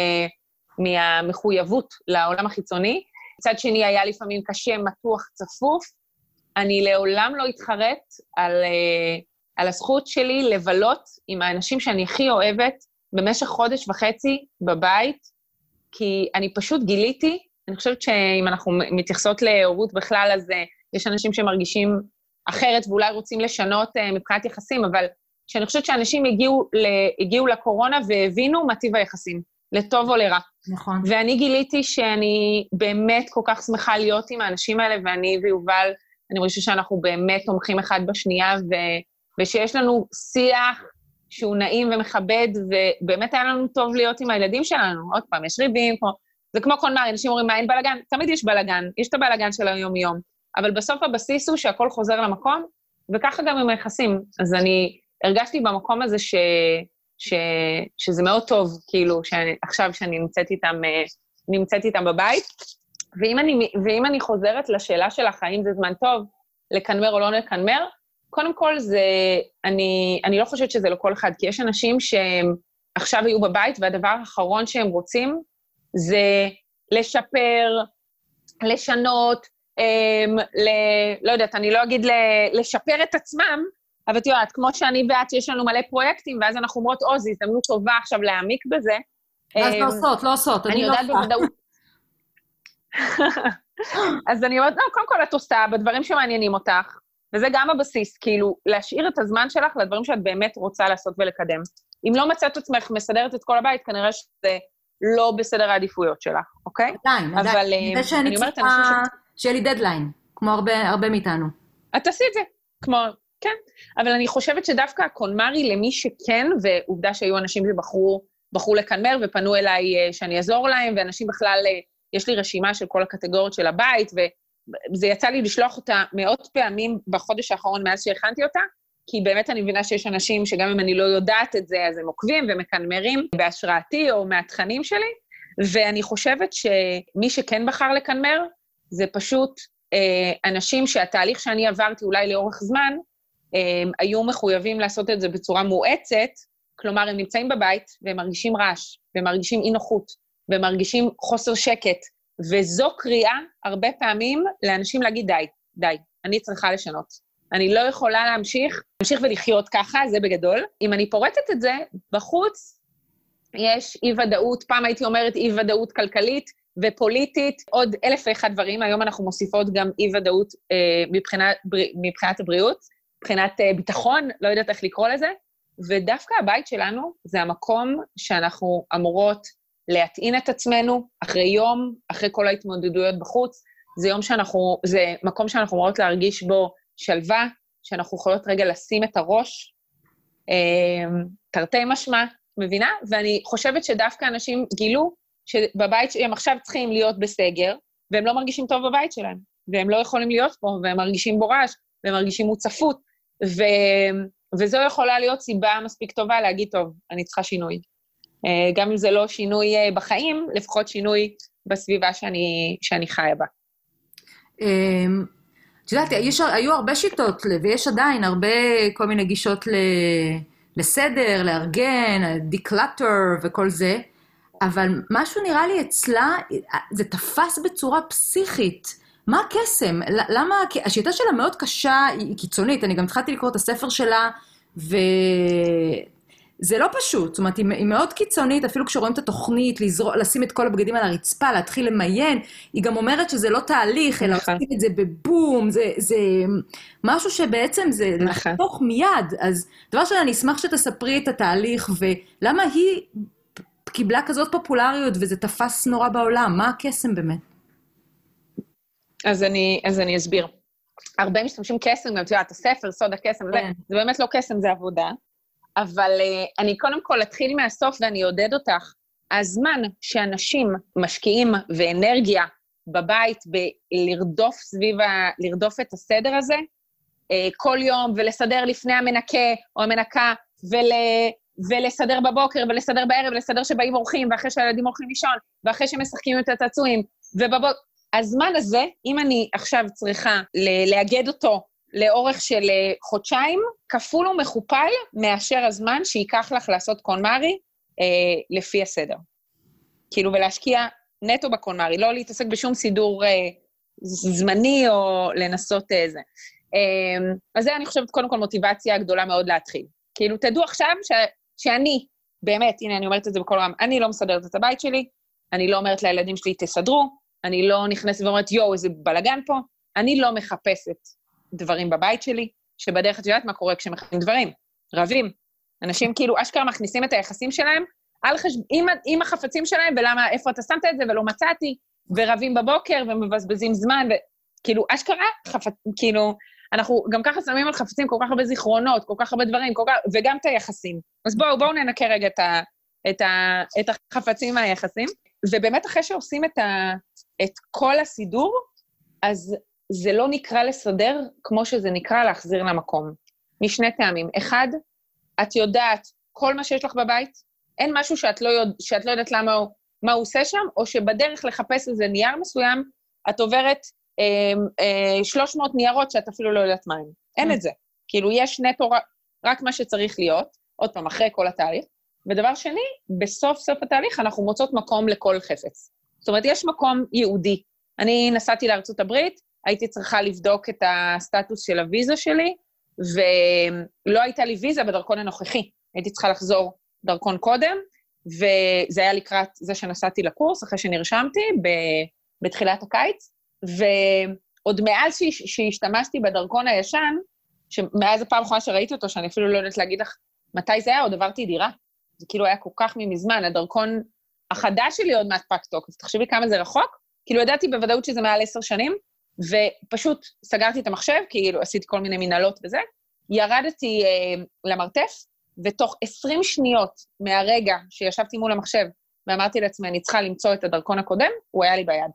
מהמחויבות לעולם החיצוני, מצד שני היה לפעמים קשה, מתוח, צפוף, אני לעולם לא התחרט על, על הזכות שלי לבלות עם האנשים שאני הכי אוהבת במשך חודש וחצי בבית, כי אני פשוט גיליתי, אני חושבת שאם אנחנו מתייחסות להורות בכלל, אז יש אנשים שמרגישים אחרת ואולי רוצים לשנות מבחינת יחסים, אבל שאני חושבת שאנשים הגיעו, הגיעו לקורונה והבינו מה טיב היחסים, לטוב או לרע. נכון. ואני גיליתי שאני באמת כל כך שמחה להיות עם האנשים האלה, ואני ויובל, אני חושבת שאנחנו באמת תומכים אחד בשנייה, ו, ושיש לנו שיח שהוא נעים ומכבד, ובאמת היה לנו טוב להיות עם הילדים שלנו. עוד פעם, יש ריבים, כמו, זה כמו קונמרי, אנשים אומרים, מה אין בלגן? תמיד יש בלגן, יש את הבלגן של היום-יום, אבל בסוף הבסיס הוא שהכל חוזר למקום, וככה גם עם היחסים. אז אני הרגשתי במקום הזה ש, ש, שזה מאוד טוב, כאילו, שאני, עכשיו שאני נמצאת איתם, נמצאת איתם בבית, ואם אני, ואם אני חוזרת לשאלה שלך, האם זה זמן טוב לקנמר או לא לקנמר, קודם כל זה, אני, אני לא חושבת שזה לכל אחד, כי יש אנשים שהם עכשיו היו בבית, והדבר האחרון שהם רוצים זה לשפר, לשנות, אמ, ל, לא יודעת, אני לא אגיד ל, לשפר את עצמם, אבל את יודעת, כמו שאני ואת, יש לנו מלא פרויקטים, ואז אנחנו אומרות, או, זו הזדמנות טובה עכשיו להעמיק בזה. אז לא עושות, לא עושות, אני יודעת בוודאות. אז אני אומרת, לא, קודם כל את עושה בדברים שמעניינים אותך, וזה גם הבסיס, כאילו, להשאיר את הזמן שלך לדברים שאת באמת רוצה לעשות ולקדם. אם לא מצאת עצמך מסדרת את כל הבית, כנראה שזה לא בסדר העדיפויות שלך, אוקיי? עדיין, עדיין. זה שאני צריכה שיהיה לי דדליין, כמו הרבה מאיתנו. את תעשי את זה, כמו, כן. אבל אני חושבת שדווקא הקונמרי למי שכן, ועובדה שהיו אנשים שבחרו, בחרו לקנמר ופנו אליי שאני אעזור להם, ואנשים בכלל, יש לי רשימה של כל הקטגוריות של הבית, וזה יצא לי לשלוח אותה מאות פעמים בחודש האחרון מאז שהכנתי אותה, כי באמת אני מבינה שיש אנשים שגם אם אני לא יודעת את זה, אז הם עוקבים ומקנמרים בהשראתי או מהתכנים שלי, ואני חושבת שמי שכן בחר לקנמר, זה פשוט אה, אנשים שהתהליך שאני עברתי אולי לאורך זמן, אה, היו מחויבים לעשות את זה בצורה מואצת, כלומר הם נמצאים בבית והם מרגישים רעש, והם מרגישים אי נוחות, והם מרגישים חוסר שקט, וזו קריאה הרבה פעמים לאנשים להגיד די, די, אני צריכה לשנות. אני לא יכולה להמשיך, להמשיך ולחיות ככה, זה בגדול. אם אני פורטת את זה, בחוץ יש אי-ודאות, פעם הייתי אומרת אי-ודאות כלכלית ופוליטית, עוד אלף ואחד דברים, היום אנחנו מוסיפות גם אי-ודאות אה, מבחינת, מבחינת הבריאות, מבחינת אה, ביטחון, לא יודעת איך לקרוא לזה, ודווקא הבית שלנו זה המקום שאנחנו אמורות להטעין את עצמנו, אחרי יום, אחרי כל ההתמודדויות בחוץ, זה יום שאנחנו, זה מקום שאנחנו אמורות להרגיש בו שלווה, שאנחנו יכולות רגע לשים את הראש, תרתי משמע, מבינה? ואני חושבת שדווקא אנשים גילו שבבית שהם עכשיו צריכים להיות בסגר, והם לא מרגישים טוב בבית שלהם, והם לא יכולים להיות פה, והם מרגישים בו רעש, והם מרגישים מוצפות, ו... וזו יכולה להיות סיבה מספיק טובה להגיד, טוב, אני צריכה שינוי. גם אם זה לא שינוי בחיים, לפחות שינוי בסביבה שאני, שאני חיה בה. את יודעת, היו הרבה שיטות, ויש עדיין הרבה כל מיני גישות לסדר, לארגן, דיקלטר וכל זה, אבל משהו נראה לי אצלה, זה תפס בצורה פסיכית. מה הקסם? למה? השיטה שלה מאוד קשה, היא קיצונית, אני גם התחלתי לקרוא את הספר שלה, ו... זה לא פשוט, זאת אומרת, היא מאוד קיצונית, אפילו כשרואים את התוכנית, לזרוע, לשים את כל הבגדים על הרצפה, להתחיל למיין, היא גם אומרת שזה לא תהליך, אלא עושים את זה בבום, זה, זה משהו שבעצם זה לחתוך מיד, אז דבר שלה, אני אשמח שתספרי את התהליך, ולמה היא קיבלה כזאת פופולריות, וזה תפס נורא בעולם, מה הקסם באמת? אז אני, אז אני אסביר. הרבה משתמשים קסם, גם תראה, את הספר, סוד הקסם, זה, זה באמת לא קסם, זה עבודה. אבל uh, אני קודם כל אתחיל מהסוף ואני אעודד אותך. הזמן שאנשים משקיעים ואנרגיה בבית בלרדוף סביב ה... לרדוף את הסדר הזה, uh, כל יום ולסדר לפני המנקה או המנקה, ול... ולסדר בבוקר ולסדר בערב ולסדר שבאים אורחים ואחרי שהילדים הולכים לישון ואחרי שמשחקים את הצעצועים, ובבוקר... הזמן הזה, אם אני עכשיו צריכה לאגד אותו לאורך של חודשיים, כפול ומכופל מאשר הזמן שיקח לך לעשות קונמרי אה, לפי הסדר. כאילו, ולהשקיע נטו בקונמרי, לא להתעסק בשום סידור אה, זמני או לנסות איזה. אה, אז זה אני חושבת קודם כל מוטיבציה גדולה מאוד להתחיל. כאילו, תדעו עכשיו ש, שאני, באמת, הנה אני אומרת את זה בכל רם, אני לא מסדרת את הבית שלי, אני לא אומרת לילדים שלי תסדרו, אני לא נכנסת ואומרת יו, איזה בלגן פה, אני לא מחפשת דברים בבית שלי, שבדרך את יודעת מה קורה כשמחפשים דברים, רבים. אנשים כאילו אשכרה מכניסים את היחסים שלהם, על חשב... עם, עם החפצים שלהם, ולמה, איפה אתה שמת את זה, ולא מצאתי, ורבים בבוקר, ומבזבזים זמן, וכאילו, אשכרה, חפ... כאילו, אנחנו גם ככה שמים על חפצים כל כך הרבה זיכרונות, כל כך הרבה דברים, כל כך... וגם את היחסים. אז בואו, בואו ננקה רגע את, ה... את, ה... את החפצים מהיחסים, ובאמת אחרי שעושים את, ה, את כל הסידור, אז זה לא נקרא לסדר כמו שזה נקרא להחזיר למקום. משני טעמים. אחד, את יודעת כל מה שיש לך בבית, אין משהו שאת לא, יודע, שאת לא יודעת למה הוא, מה הוא עושה שם, או שבדרך לחפש איזה נייר מסוים, את עוברת אה, אה, שלוש מאות ניירות שאת אפילו לא יודעת מה הם. אין את זה. כאילו, יש נטו רק מה שצריך להיות, עוד פעם, אחרי כל התהליך. ודבר שני, בסוף סוף התהליך אנחנו מוצאות מקום לכל חפץ. זאת אומרת, יש מקום יהודי. אני נסעתי לארצות הברית, הייתי צריכה לבדוק את הסטטוס של הוויזה שלי, ולא הייתה לי ויזה בדרכון הנוכחי. הייתי צריכה לחזור דרכון קודם, וזה היה לקראת זה שנסעתי לקורס, אחרי שנרשמתי, בתחילת הקיץ, ועוד מאז שהשתמשתי בדרכון הישן, שמאז הפעם האחרונה שראיתי אותו, שאני אפילו לא יודעת להגיד לך מתי זה היה, עוד עברתי דירה. זה כאילו היה כל כך ממזמן, הדרכון החדש שלי עוד מעט פג תוקף. תחשבי כמה זה רחוק, כאילו ידעתי בוודאות שזה מעל עשר שנים, ופשוט סגרתי את המחשב, כאילו עשיתי כל מיני מנהלות וזה, ירדתי אה, למרתף, ותוך עשרים שניות מהרגע שישבתי מול המחשב, ואמרתי לעצמי, אני צריכה למצוא את הדרכון הקודם, הוא היה לי ביד.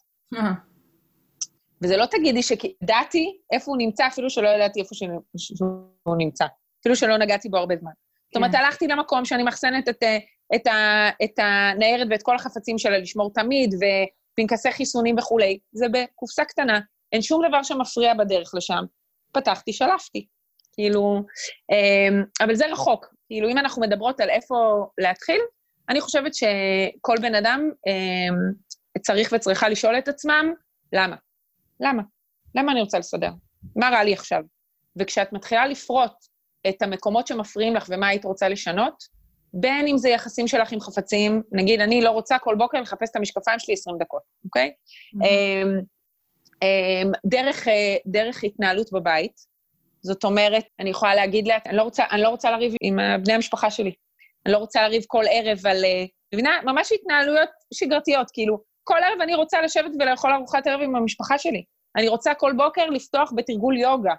וזה לא תגידי שדעתי איפה הוא נמצא, אפילו שלא ידעתי איפה שהוא נמצא, אפילו שלא נגעתי בו הרבה זמן. זאת אומרת, הלכתי למקום שאני מחסנת את, את, ה, את הנערת ואת כל החפצים שלה לשמור תמיד, ופנקסי חיסונים וכולי. זה בקופסה קטנה, אין שום דבר שמפריע בדרך לשם. פתחתי, שלפתי. כאילו, אבל זה רחוק. כאילו, אם אנחנו מדברות על איפה להתחיל, אני חושבת שכל בן אדם צריך וצריכה לשאול את עצמם, למה? למה? למה אני רוצה לסדר? מה רע לי עכשיו? וכשאת מתחילה לפרוט את המקומות שמפריעים לך ומה היית רוצה לשנות, בין אם זה יחסים שלך עם חפצים, נגיד, אני לא רוצה כל בוקר לחפש את המשקפיים שלי עשרים דקות, אוקיי? דרך, דרך התנהלות בבית, זאת אומרת, אני יכולה להגיד לה, אני לא רוצה, אני לא רוצה לריב עם בני המשפחה שלי, אני לא רוצה לריב כל ערב על, מבינה, ממש התנהלויות שגרתיות, כאילו, כל ערב אני רוצה לשבת ולאכול ארוחת ערב עם המשפחה שלי. אני רוצה כל בוקר לפתוח בתרגול יוגה.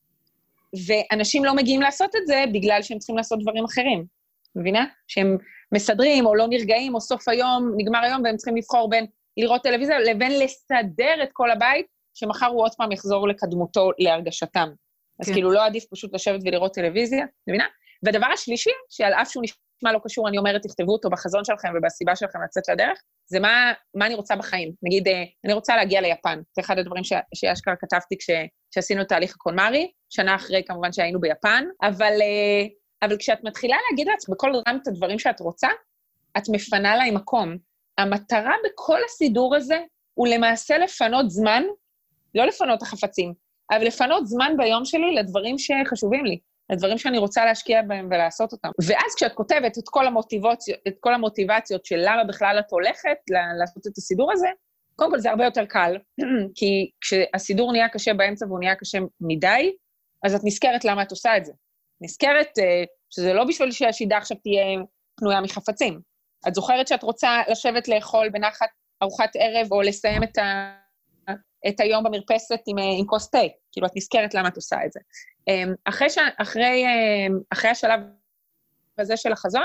ואנשים לא מגיעים לעשות את זה בגלל שהם צריכים לעשות דברים אחרים. מבינה? שהם מסדרים או לא נרגעים, או סוף היום, נגמר היום, והם צריכים לבחור בין לראות טלוויזיה, לבין לסדר את כל הבית, שמחר הוא עוד פעם יחזור לקדמותו להרגשתם. אז כן. כאילו לא עדיף פשוט לשבת ולראות טלוויזיה, מבינה? והדבר השלישי, שעל אף שהוא נשמע לא קשור, אני אומרת, תכתבו אותו בחזון שלכם ובסיבה שלכם לצאת לדרך, זה מה, מה אני רוצה בחיים. נגיד, אני רוצה להגיע ליפן. זה אחד הדברים ש, שאשכרה כתבתי כש, כשעשינו תהליך הקונמרי, שנה אחרי כמובן שהיינו ביפן, אבל, אבל כשאת מתחילה להגיד לעצמך בכל רם את הדברים שאת רוצה, את מפנה לה עם מקום. המטרה בכל הסידור הזה הוא למעשה לפנות זמן, לא לפנות החפצים, אבל לפנות זמן ביום שלי לדברים שחשובים לי. לדברים שאני רוצה להשקיע בהם ולעשות אותם. ואז כשאת כותבת את כל המוטיבציות, את כל המוטיבציות של למה בכלל את הולכת לעשות את הסידור הזה, קודם כל זה הרבה יותר קל, כי כשהסידור נהיה קשה באמצע והוא נהיה קשה מדי, אז את נזכרת למה את עושה את זה. נזכרת שזה לא בשביל שהשידה עכשיו תהיה פנויה מחפצים. את זוכרת שאת רוצה לשבת לאכול בנחת ארוחת ערב, או לסיים את ה... את היום במרפסת עם, עם כוס תה, כאילו את נזכרת למה את עושה את זה. אחרי, ש... אחרי, אחרי השלב הזה של החזון,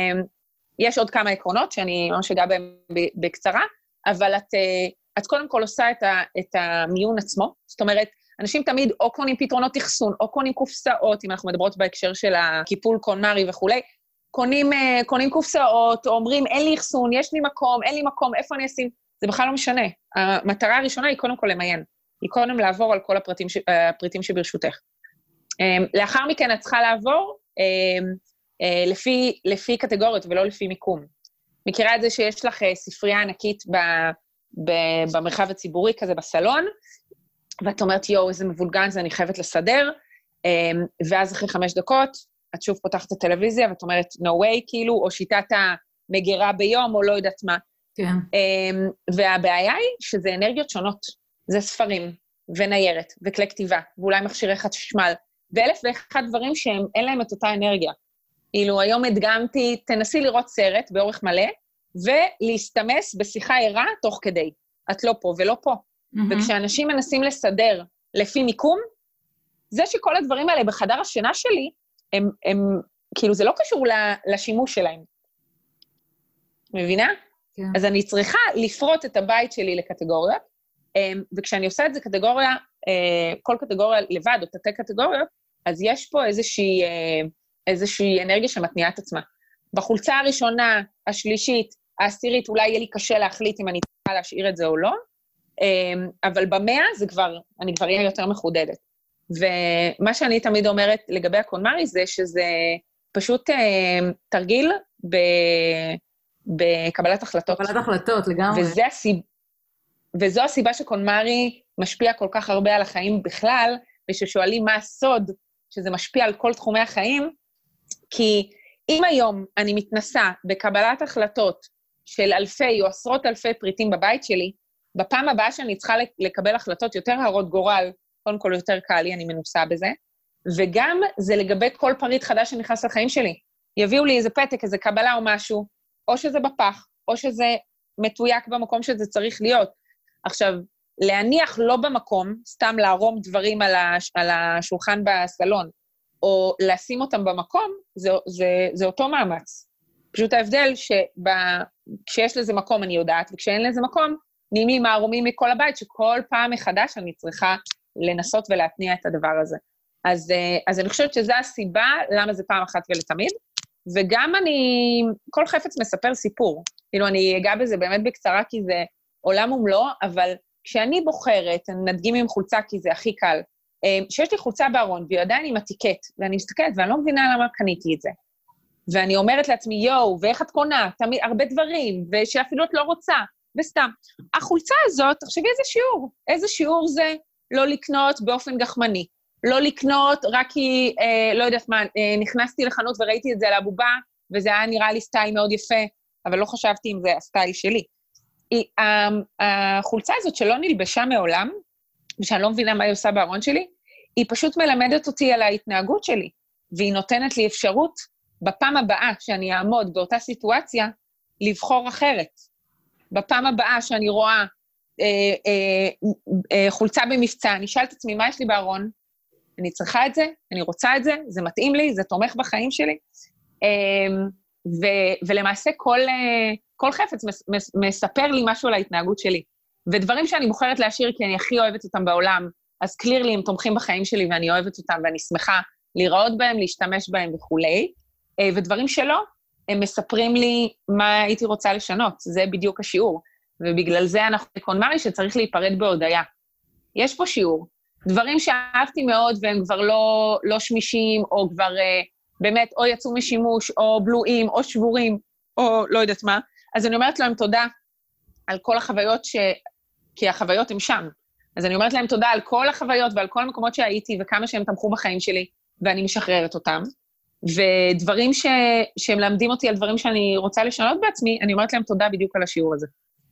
יש עוד כמה עקרונות שאני ממש אגע בהם בקצרה, אבל את, את קודם כל עושה את, ה... את המיון עצמו, זאת אומרת, אנשים תמיד או קונים פתרונות אחסון, או קונים קופסאות, אם אנחנו מדברות בהקשר של הקיפול קונמרי וכולי, קונים, קונים קופסאות, או אומרים, אין לי אחסון, יש לי מקום, אין לי מקום, איפה אני אשים? זה בכלל לא משנה. המטרה הראשונה היא קודם כל למיין. היא קודם לעבור על כל הפרטים, ש... הפריטים שברשותך. לאחר מכן את צריכה לעבור לפי, לפי קטגוריות ולא לפי מיקום. מכירה את זה שיש לך ספרייה ענקית ב... ב... במרחב הציבורי, כזה בסלון, ואת אומרת, יו, איזה מבולגן זה, אני חייבת לסדר, ואז אחרי חמש דקות, את שוב פותחת את הטלוויזיה, ואת אומרת, no way, כאילו, או שיטת המגירה ביום, או לא יודעת מה. כן. והבעיה היא שזה אנרגיות שונות. זה ספרים, וניירת, וכלי כתיבה, ואולי מכשירי חשמל, ואלף ואחד דברים שהם, אין להם את אותה אנרגיה. אילו היום הדגמתי, תנסי לראות סרט באורך מלא, ולהסתמס בשיחה ערה תוך כדי. את לא פה ולא פה. Mm-hmm. וכשאנשים מנסים לסדר לפי מיקום, זה שכל הדברים האלה בחדר השינה שלי, הם, הם כאילו, זה לא קשור לשימוש שלהם. מבינה? כן. אז אני צריכה לפרוט את הבית שלי לקטגוריות, וכשאני עושה את זה קטגוריה, כל קטגוריה לבד, או תתי קטגוריות, אז יש פה איזושהי, איזושהי אנרגיה שמתניעה את עצמה. בחולצה הראשונה, השלישית, העשירית, אולי יהיה לי קשה להחליט אם אני צריכה להשאיר את זה או לא, אבל במאה זה כבר, אני כבר אהיה יותר מחודדת. ומה שאני תמיד אומרת לגבי הקונמרי זה שזה פשוט תרגיל ב... בקבלת החלטות. קבלת החלטות, לגמרי. וזה הסיב... וזו הסיבה שקונמרי משפיע כל כך הרבה על החיים בכלל, וששואלים מה הסוד שזה משפיע על כל תחומי החיים, כי אם היום אני מתנסה בקבלת החלטות של אלפי או עשרות אלפי פריטים בבית שלי, בפעם הבאה שאני צריכה לקבל החלטות יותר הרות גורל, קודם כל יותר קל לי, אני מנוסה בזה, וגם זה לגבי כל פריט חדש שנכנס לחיים שלי. יביאו לי איזה פתק, איזה קבלה או משהו, או שזה בפח, או שזה מתויק במקום שזה צריך להיות. עכשיו, להניח לא במקום, סתם לערום דברים על, הש, על השולחן בסלון, או לשים אותם במקום, זה, זה, זה אותו מאמץ. פשוט ההבדל שכשיש לזה מקום אני יודעת, וכשאין לזה מקום, נהיים לי מערומים מכל הבית, שכל פעם מחדש אני צריכה לנסות ולהתניע את הדבר הזה. אז, אז אני חושבת שזו הסיבה למה זה פעם אחת ולתמיד, וגם אני, כל חפץ מספר סיפור. כאילו, אני אגע בזה באמת בקצרה, כי זה עולם ומלוא, אבל כשאני בוחרת, אני נדגים עם חולצה, כי זה הכי קל, שיש לי חולצה בארון, והיא עדיין עם הטיקט, ואני מסתכלת, ואני לא מבינה למה קניתי את זה. ואני אומרת לעצמי, יואו, ואיך את קונה? תמיד, הרבה דברים, ושאפילו את לא רוצה, וסתם. החולצה הזאת, תחשבי איזה שיעור. איזה שיעור זה לא לקנות באופן גחמני. לא לקנות רק כי, אה, לא יודעת מה, אה, נכנסתי לחנות וראיתי את זה על הבובה, וזה היה נראה לי סטייל מאוד יפה, אבל לא חשבתי אם זה הסטייל שלי. היא, החולצה הזאת שלא נלבשה מעולם, ושאני לא מבינה מה היא עושה בארון שלי, היא פשוט מלמדת אותי על ההתנהגות שלי, והיא נותנת לי אפשרות, בפעם הבאה שאני אעמוד באותה סיטואציה, לבחור אחרת. בפעם הבאה שאני רואה אה, אה, אה, חולצה במבצע, אני אשאל את עצמי, מה יש לי בארון? אני צריכה את זה, אני רוצה את זה, זה מתאים לי, זה תומך בחיים שלי, ו- ולמעשה כל, כל חפץ מס- מס- מספר לי משהו על ההתנהגות שלי, ודברים שאני בוחרת להשאיר כי אני הכי אוהבת אותם בעולם, אז קליר לי, הם תומכים בחיים שלי ואני אוהבת אותם ואני שמחה לראות בהם, להשתמש בהם וכולי, ודברים שלא, הם מספרים לי מה הייתי רוצה לשנות, זה בדיוק השיעור, ובגלל זה אנחנו בקונמרי שצריך להיפרד בהודעה. יש פה שיעור, דברים שאהבתי מאוד והם כבר לא, לא שמישים, או כבר uh, באמת או יצאו משימוש, או בלועים, או שבורים, או לא יודעת מה, אז אני אומרת להם תודה על כל החוויות, ש... כי החוויות הם שם. אז אני אומרת להם תודה על כל החוויות ועל כל המקומות שהייתי, וכמה שהם תמכו בחיים שלי, ואני משחררת אותם. ודברים ש... שהם למדים אותי על דברים שאני רוצה לשנות בעצמי, אני אומרת להם תודה בדיוק על השיעור הזה.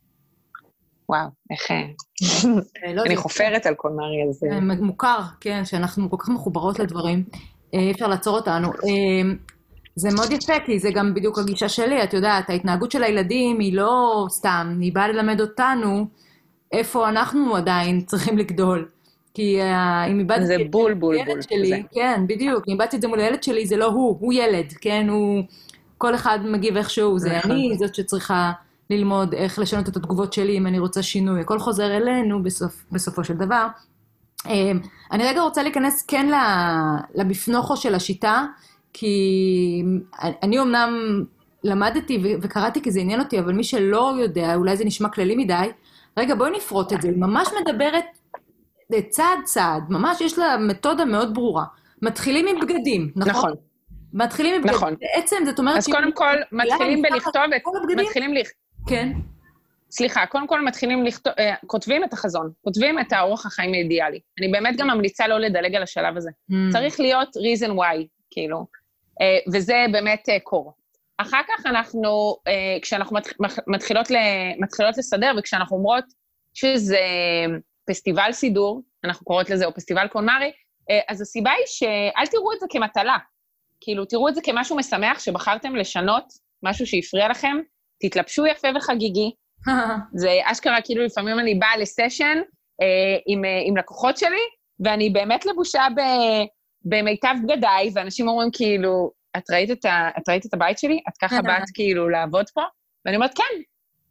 וואו, איך... אני חופרת על קונמרי הזה. מוכר, כן, שאנחנו כל כך מחוברות לדברים, אי אפשר לעצור אותנו. זה מאוד יפה, כי זה גם בדיוק הגישה שלי, את יודעת, ההתנהגות של הילדים היא לא סתם, היא באה ללמד אותנו איפה אנחנו עדיין צריכים לגדול. כי אם איבדתי זה בול בול בול. שלי, כן, בדיוק, אם איבדתי את זה מול הילד שלי, זה לא הוא, הוא ילד, כן, הוא, כל אחד מגיב איכשהו, זה אני זאת שצריכה ללמוד איך לשנות את התגובות שלי, אם אני רוצה שינוי, הכל חוזר אלינו בסוף, בסופו של דבר. אני רגע רוצה להיכנס כן לבפנוכו של השיטה, כי אני אומנם למדתי וקראתי כי זה עניין אותי, אבל מי שלא יודע, אולי זה נשמע כללי מדי, רגע בואי נפרוט את זה, היא ממש מדברת צעד צעד, ממש יש לה מתודה מאוד ברורה. מתחילים עם בגדים, נכון? נכון. מתחילים עם בגדים. נכון. בעצם זאת אומרת... אז קודם כל מתחילים בלכתוב את... מתחילים לכ... כן. סליחה, קודם כל מתחילים לכתוב, כותבים את החזון, כותבים את האורח החיים האידיאלי. אני באמת גם ממליצה לא לדלג על השלב הזה. צריך להיות reason why, כאילו. וזה באמת קור. אחר כך אנחנו, כשאנחנו מתחילות, מתחילות לסדר, וכשאנחנו אומרות שזה פסטיבל סידור, אנחנו קוראות לזה, או פסטיבל קונמרי, אז הסיבה היא שאל תראו את זה כמטלה. כאילו, תראו את זה כמשהו משמח שבחרתם לשנות, משהו שהפריע לכם, תתלבשו יפה וחגיגי. זה אשכרה, כאילו, לפעמים אני באה לסשן עם, עם לקוחות שלי, ואני באמת לבושה ב, במיטב בגדיי, ואנשים אומרים כאילו, את ראית את, ה, את ראית את הבית שלי? את ככה באת כאילו לעבוד פה? ואני אומרת, כן,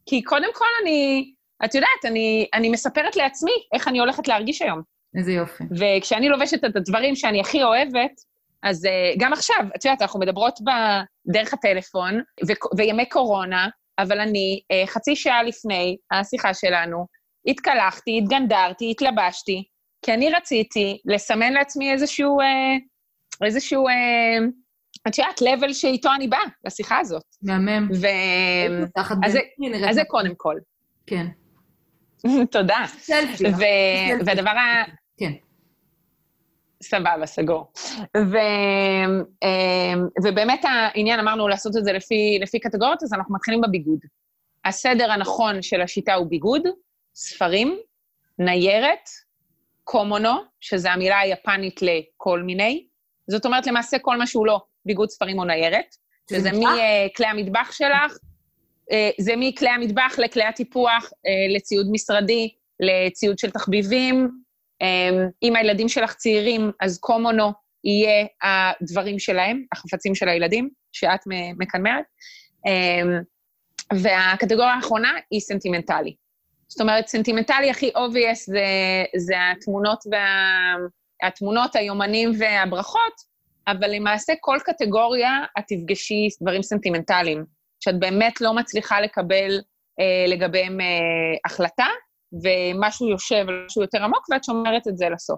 כי קודם כל אני, את יודעת, אני, אני מספרת לעצמי איך אני הולכת להרגיש היום. איזה יופי. וכשאני לובשת את הדברים שאני הכי אוהבת, אז uh, גם עכשיו, את יודעת, אנחנו מדברות בדרך הטלפון, ו- וימי קורונה, אבל אני uh, חצי שעה לפני השיחה שלנו, התקלחתי, התגנדרתי, התלבשתי, כי אני רציתי לסמן לעצמי איזשהו, uh, איזשהו, uh, את יודעת, לבל שאיתו אני באה, לשיחה הזאת. מהמם. ו... אז, זה, אז זה קודם כל. כן. תודה. סלפי. ו- והדבר ה... כן. סבבה, סגור. ו, ובאמת העניין, אמרנו לעשות את זה לפי, לפי קטגוריות, אז אנחנו מתחילים בביגוד. הסדר הנכון של השיטה הוא ביגוד, ספרים, ניירת, קומונו, שזה המילה היפנית לכל מיני, זאת אומרת למעשה כל מה שהוא לא ביגוד, ספרים או ניירת, שזה מכלי המטבח שלך, זה מכלי המטבח לכלי הטיפוח, לציוד משרדי, לציוד של תחביבים, אם הילדים שלך צעירים, אז קומונו יהיה הדברים שלהם, החפצים של הילדים, שאת מקנמרת, והקטגוריה האחרונה היא סנטימנטלי. זאת אומרת, סנטימנטלי הכי obvious זה, זה התמונות, וה, התמונות, היומנים והברכות, אבל למעשה כל קטגוריה את תפגשי דברים סנטימנטליים, שאת באמת לא מצליחה לקבל אה, לגביהם אה, החלטה, ומשהו יושב על משהו יותר עמוק, ואת שומרת את זה לסוף.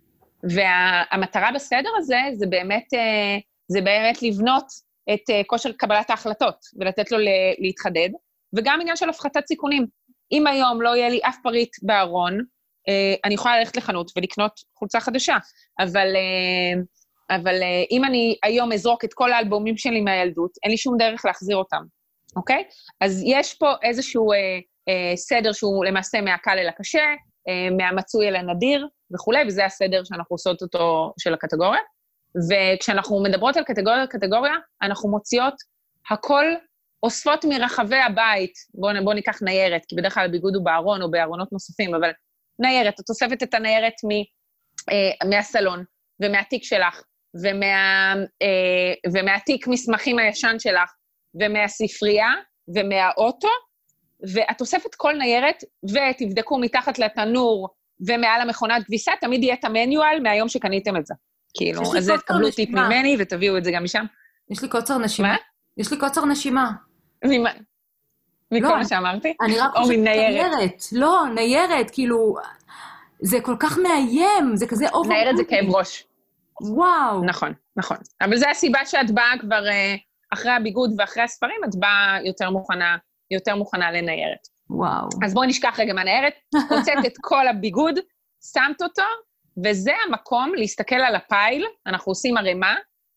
והמטרה בסדר הזה, זה באמת, זה באמת לבנות את כושר קבלת ההחלטות, ולתת לו להתחדד, וגם עניין של הפחתת סיכונים. אם היום לא יהיה לי אף פריט בארון, אני יכולה ללכת לחנות ולקנות חולצה חדשה, אבל, אבל אם אני היום אזרוק את כל האלבומים שלי מהילדות, אין לי שום דרך להחזיר אותם, אוקיי? אז יש פה איזשהו סדר שהוא למעשה מהקל אל הקשה, מהמצוי אל הנדיר וכו', וזה הסדר שאנחנו עושות אותו של הקטגוריה. וכשאנחנו מדברות על קטגוריה קטגוריה, אנחנו מוציאות הכל, אוספות מרחבי הבית, בואו בוא ניקח ניירת, כי בדרך כלל הביגוד הוא בארון או בארונות נוספים, אבל ניירת, את אוספת את הניירת מ, אה, מהסלון, ומהתיק שלך, ומה, אה, ומהתיק מסמכים הישן שלך, ומהספרייה, ומהאוטו, ואת אוספת כל ניירת, ותבדקו מתחת לתנור, ומעל המכונת כביסה, תמיד יהיה את המניואל מהיום שקניתם את זה. כאילו, אז זה תקבלו טיפ ממני, ותביאו את זה גם משם. יש לי קוצר נשימה. מה? יש לי קוצר נשימה. ממה? מכל מה שאמרתי? אני רק חושבת ניירת. לא, ניירת, כאילו, זה כל כך מאיים, זה כזה אובר. ניירת זה כאב ראש. וואו. נכון, נכון. אבל זו הסיבה שאת באה כבר אחרי הביגוד ואחרי הספרים, את באה יותר מוכנה, יותר מוכנה לניירת. וואו. אז בואו נשכח רגע מהניירת, הוצאת את כל הביגוד, שמת אותו, וזה המקום להסתכל על הפייל, אנחנו עושים הרמה,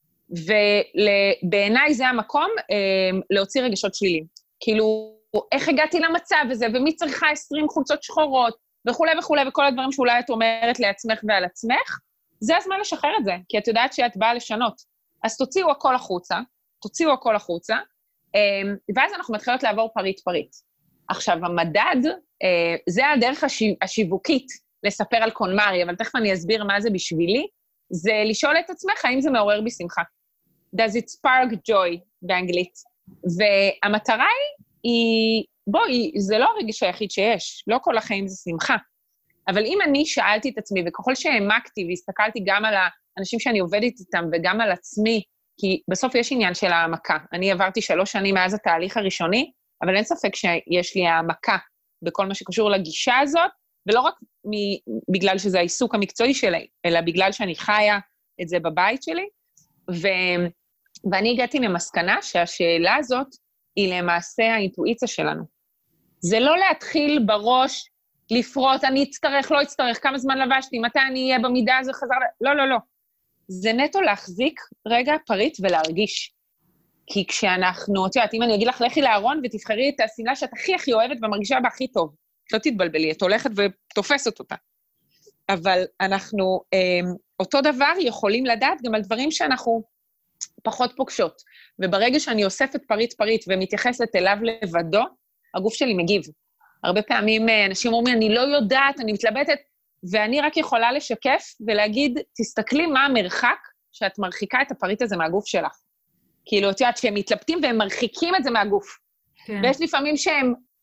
ובעיניי זה המקום אה, להוציא רגשות שליליים. כאילו, איך הגעתי למצב הזה, ומי צריכה עשרים חולצות שחורות, וכו' וכו', וכל הדברים שאולי את אומרת לעצמך ועל עצמך, זה הזמן לשחרר את זה, כי את יודעת שאת באה לשנות. אז תוציאו הכל החוצה, תוציאו הכל החוצה, אה, ואז אנחנו מתחילות לעבור פריט פריט. עכשיו, המדד, אה, זה הדרך השיו, השיווקית לספר על קונמרי, אבל תכף אני אסביר מה זה בשבילי, זה לשאול את עצמך האם זה מעורר בי שמחה. Does it spark joy באנגלית? והמטרה היא, היא בואי, זה לא הרגש היחיד שיש, לא כל החיים זה שמחה. אבל אם אני שאלתי את עצמי, וככל שהעמקתי והסתכלתי גם על האנשים שאני עובדת איתם וגם על עצמי, כי בסוף יש עניין של העמקה. אני עברתי שלוש שנים מאז התהליך הראשוני, אבל אין ספק שיש לי העמקה בכל מה שקשור לגישה הזאת, ולא רק בגלל שזה העיסוק המקצועי שלי, אלא בגלל שאני חיה את זה בבית שלי, ו... ואני הגעתי למסקנה שהשאלה הזאת היא למעשה האינטואיציה שלנו. זה לא להתחיל בראש, לפרוט, אני אצטרך, לא אצטרך, כמה זמן לבשתי, מתי אני אהיה במידה הזו חזר, לא, לא, לא. זה נטו להחזיק רגע פריט ולהרגיש. כי כשאנחנו, את יודעת, אם אני אגיד לך, לכי לארון ותבחרי את השמלה שאת הכי הכי אוהבת ומרגישה בה הכי טוב. לא תתבלבלי, את הולכת ותופסת אותה. אבל אנחנו אה, אותו דבר יכולים לדעת גם על דברים שאנחנו פחות פוגשות. וברגע שאני אוספת פריט פריט ומתייחסת אליו לבדו, הגוף שלי מגיב. הרבה פעמים אנשים אומרים, אני לא יודעת, אני מתלבטת, ואני רק יכולה לשקף ולהגיד, תסתכלי מה המרחק שאת מרחיקה את הפריט הזה מהגוף שלך. כאילו, את יודעת, שהם מתלבטים והם מרחיקים את זה מהגוף. כן. ויש לפעמים שהם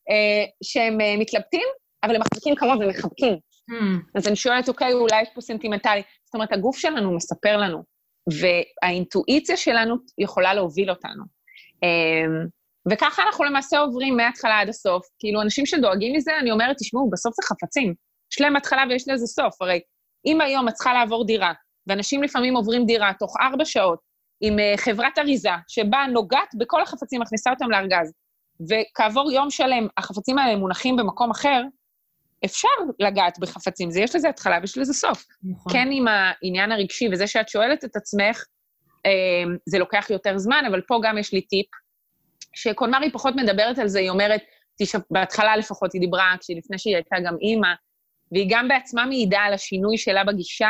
שהם מתלבטים, אבל הם מחזיקים כמובן ומחבקים. אז אני שואלת, אוקיי, אולי יש פה סנטימנטלי. זאת אומרת, הגוף שלנו מספר לנו, והאינטואיציה שלנו יכולה להוביל אותנו. וככה אנחנו למעשה עוברים מההתחלה עד הסוף. כאילו, אנשים שדואגים מזה, אני אומרת, תשמעו, בסוף זה חפצים. יש להם התחלה ויש לזה סוף. הרי אם היום את צריכה לעבור דירה, ואנשים לפעמים עוברים דירה תוך ארבע שעות, עם חברת אריזה, שבה נוגעת בכל החפצים, מכניסה אותם לארגז, וכעבור יום שלם, החפצים האלה מונחים במקום אחר, אפשר לגעת בחפצים, זה יש לזה התחלה ויש לזה סוף. נכון. כן, עם העניין הרגשי, וזה שאת שואלת את עצמך, זה לוקח יותר זמן, אבל פה גם יש לי טיפ, שקונמרי פחות מדברת על זה, היא אומרת, בהתחלה לפחות היא דיברה, כשלפני שהיא הייתה גם אימא, והיא גם בעצמה מעידה על השינוי שלה בגישה,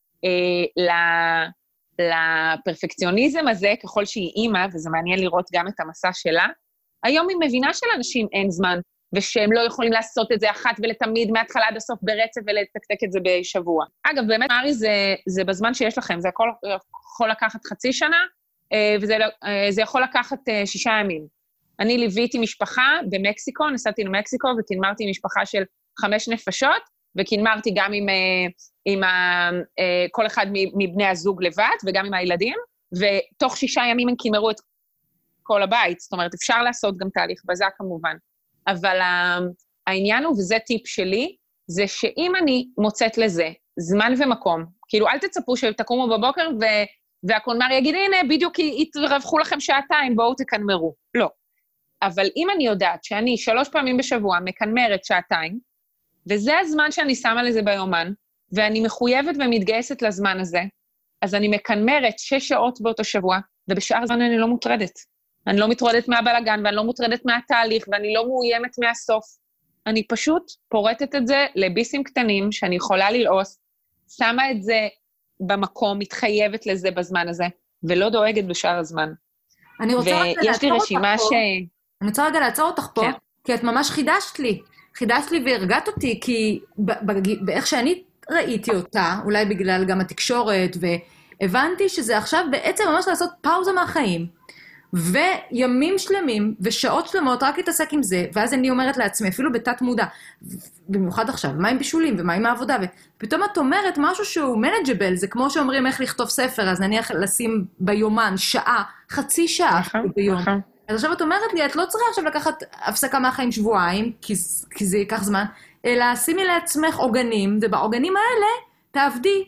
לפרפקציוניזם הזה, ככל שהיא אימא, וזה מעניין לראות גם את המסע שלה, היום היא מבינה שלאנשים אין זמן, ושהם לא יכולים לעשות את זה אחת ולתמיד, מההתחלה עד הסוף ברצף, ולתקתק את זה בשבוע. אגב, באמת, מארי, זה, זה בזמן שיש לכם, זה יכול, יכול לקחת חצי שנה, וזה זה יכול לקחת שישה ימים. אני ליוויתי משפחה במקסיקו, נסעתי למקסיקו, וכנמרתי משפחה של חמש נפשות, וכנמרתי גם עם, עם ה, כל אחד מבני הזוג לבד, וגם עם הילדים, ותוך שישה ימים הם כנמרו את כל הבית, זאת אומרת, אפשר לעשות גם תהליך בזה כמובן. אבל העניין הוא, וזה טיפ שלי, זה שאם אני מוצאת לזה זמן ומקום, כאילו אל תצפו שתקומו בבוקר ו... והקונמר יגיד, הנה, בדיוק יתרווחו לכם שעתיים, בואו תקנמרו. לא. אבל אם אני יודעת שאני שלוש פעמים בשבוע מקנמרת שעתיים, וזה הזמן שאני שמה לזה ביומן, ואני מחויבת ומתגייסת לזמן הזה, אז אני מקנמרת שש שעות באותו שבוע, ובשאר הזמן אני לא מוטרדת. אני לא מוטרדת מהבלגן, ואני לא מוטרדת מהתהליך, ואני לא מאוימת מהסוף. אני פשוט פורטת את זה לביסים קטנים, שאני יכולה ללעוס, שמה את זה במקום, מתחייבת לזה בזמן הזה, ולא דואגת בשאר הזמן. אני רוצה רגע לעצור אותך פה. ש... אני רוצה רגע לעצור אותך פה, כן. כי את ממש חידשת לי. חידשת לי והרגעת אותי, כי באיך שאני ראיתי אותה, אולי בגלל גם התקשורת, והבנתי שזה עכשיו בעצם ממש לעשות פאוזה מהחיים, וימים שלמים, ושעות שלמות רק להתעסק עם זה, ואז אני אומרת לעצמי, אפילו בתת מודע, במיוחד עכשיו, מה עם בישולים ומה עם העבודה, ופתאום את אומרת משהו שהוא מנג'בל, זה כמו שאומרים איך לכתוב ספר, אז נניח לשים ביומן שעה, חצי שעה ביום. אז עכשיו את אומרת לי, את לא צריכה עכשיו לקחת הפסקה מהחיים שבועיים, כי, כי זה ייקח זמן, אלא שימי לעצמך עוגנים, ובעוגנים האלה תעבדי,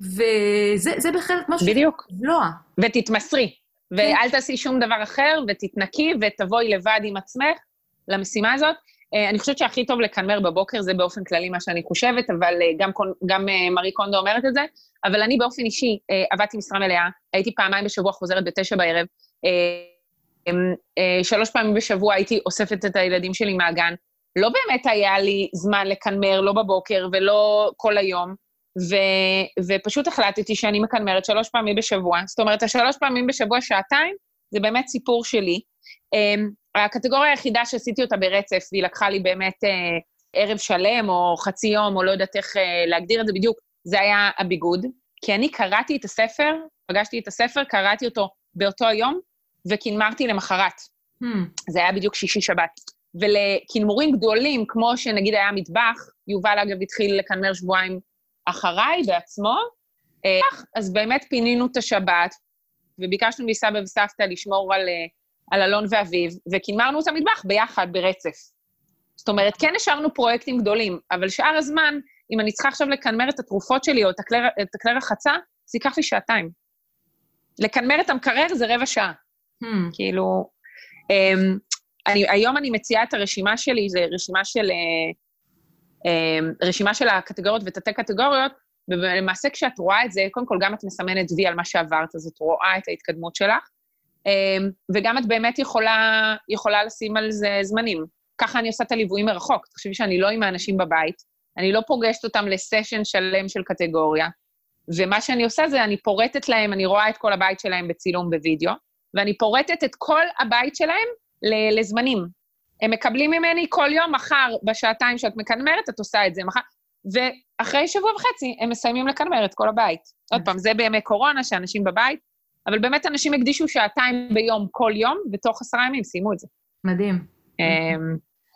וזה בכלל משהו... בדיוק. לא. ותתמסרי. ואל תעשי שום דבר אחר, ותתנקי, ותבואי לבד עם עצמך למשימה הזאת. אני חושבת שהכי טוב לקנמר בבוקר, זה באופן כללי מה שאני חושבת, אבל גם, גם מארי קונדו אומרת את זה, אבל אני באופן אישי עבדתי משרה מלאה, הייתי פעמיים בשבוע חוזרת בתשע בערב, שלוש פעמים בשבוע הייתי אוספת את הילדים שלי מהגן, לא באמת היה לי זמן לקנמר, לא בבוקר ולא כל היום, ו, ופשוט החלטתי שאני מקנמרת שלוש פעמים בשבוע, זאת אומרת, השלוש פעמים בשבוע שעתיים, זה באמת סיפור שלי. הקטגוריה היחידה שעשיתי אותה ברצף, והיא לקחה לי באמת ערב שלם, או חצי יום, או לא יודעת איך להגדיר את זה בדיוק, זה היה הביגוד, כי אני קראתי את הספר, פגשתי את הספר, קראתי אותו באותו היום, וקנמרתי למחרת. Hmm. זה היה בדיוק שישי שבת. ולקנמורים גדולים, כמו שנגיד היה מטבח, יובל אגב התחיל לקנמר שבועיים אחריי בעצמו, אז באמת פינינו את השבת, וביקשנו מסבא וסבתא לשמור על, על אלון ואביב, וקנמרנו את המטבח ביחד ברצף. זאת אומרת, כן השארנו פרויקטים גדולים, אבל שאר הזמן, אם אני צריכה עכשיו לקנמר את התרופות שלי, או את הכלי, את הכלי רחצה, זה ייקח לי שעתיים. לקנמר את המקרר זה רבע שעה. Hmm. כאילו, um, אני, היום אני מציעה את הרשימה שלי, זה רשימה של, uh, um, רשימה של הקטגוריות ותתי קטגוריות, ולמעשה כשאת רואה את זה, קודם כל גם את מסמנת וי על מה שעברת, אז את רואה את ההתקדמות שלך, um, וגם את באמת יכולה, יכולה לשים על זה זמנים. ככה אני עושה את הליוויים מרחוק, תחשבי שאני לא עם האנשים בבית, אני לא פוגשת אותם לסשן שלם של קטגוריה, ומה שאני עושה זה, אני פורטת להם, אני רואה את כל הבית שלהם בצילום בווידאו, ואני פורטת את כל הבית שלהם לזמנים. הם מקבלים ממני כל יום, מחר, בשעתיים שאת מקנמרת, את עושה את זה מחר, ואחרי שבוע וחצי הם מסיימים לקנמר את כל הבית. עוד פעם, זה בימי קורונה, שאנשים בבית, אבל באמת אנשים הקדישו שעתיים ביום כל יום, ותוך עשרה ימים סיימו את זה. מדהים.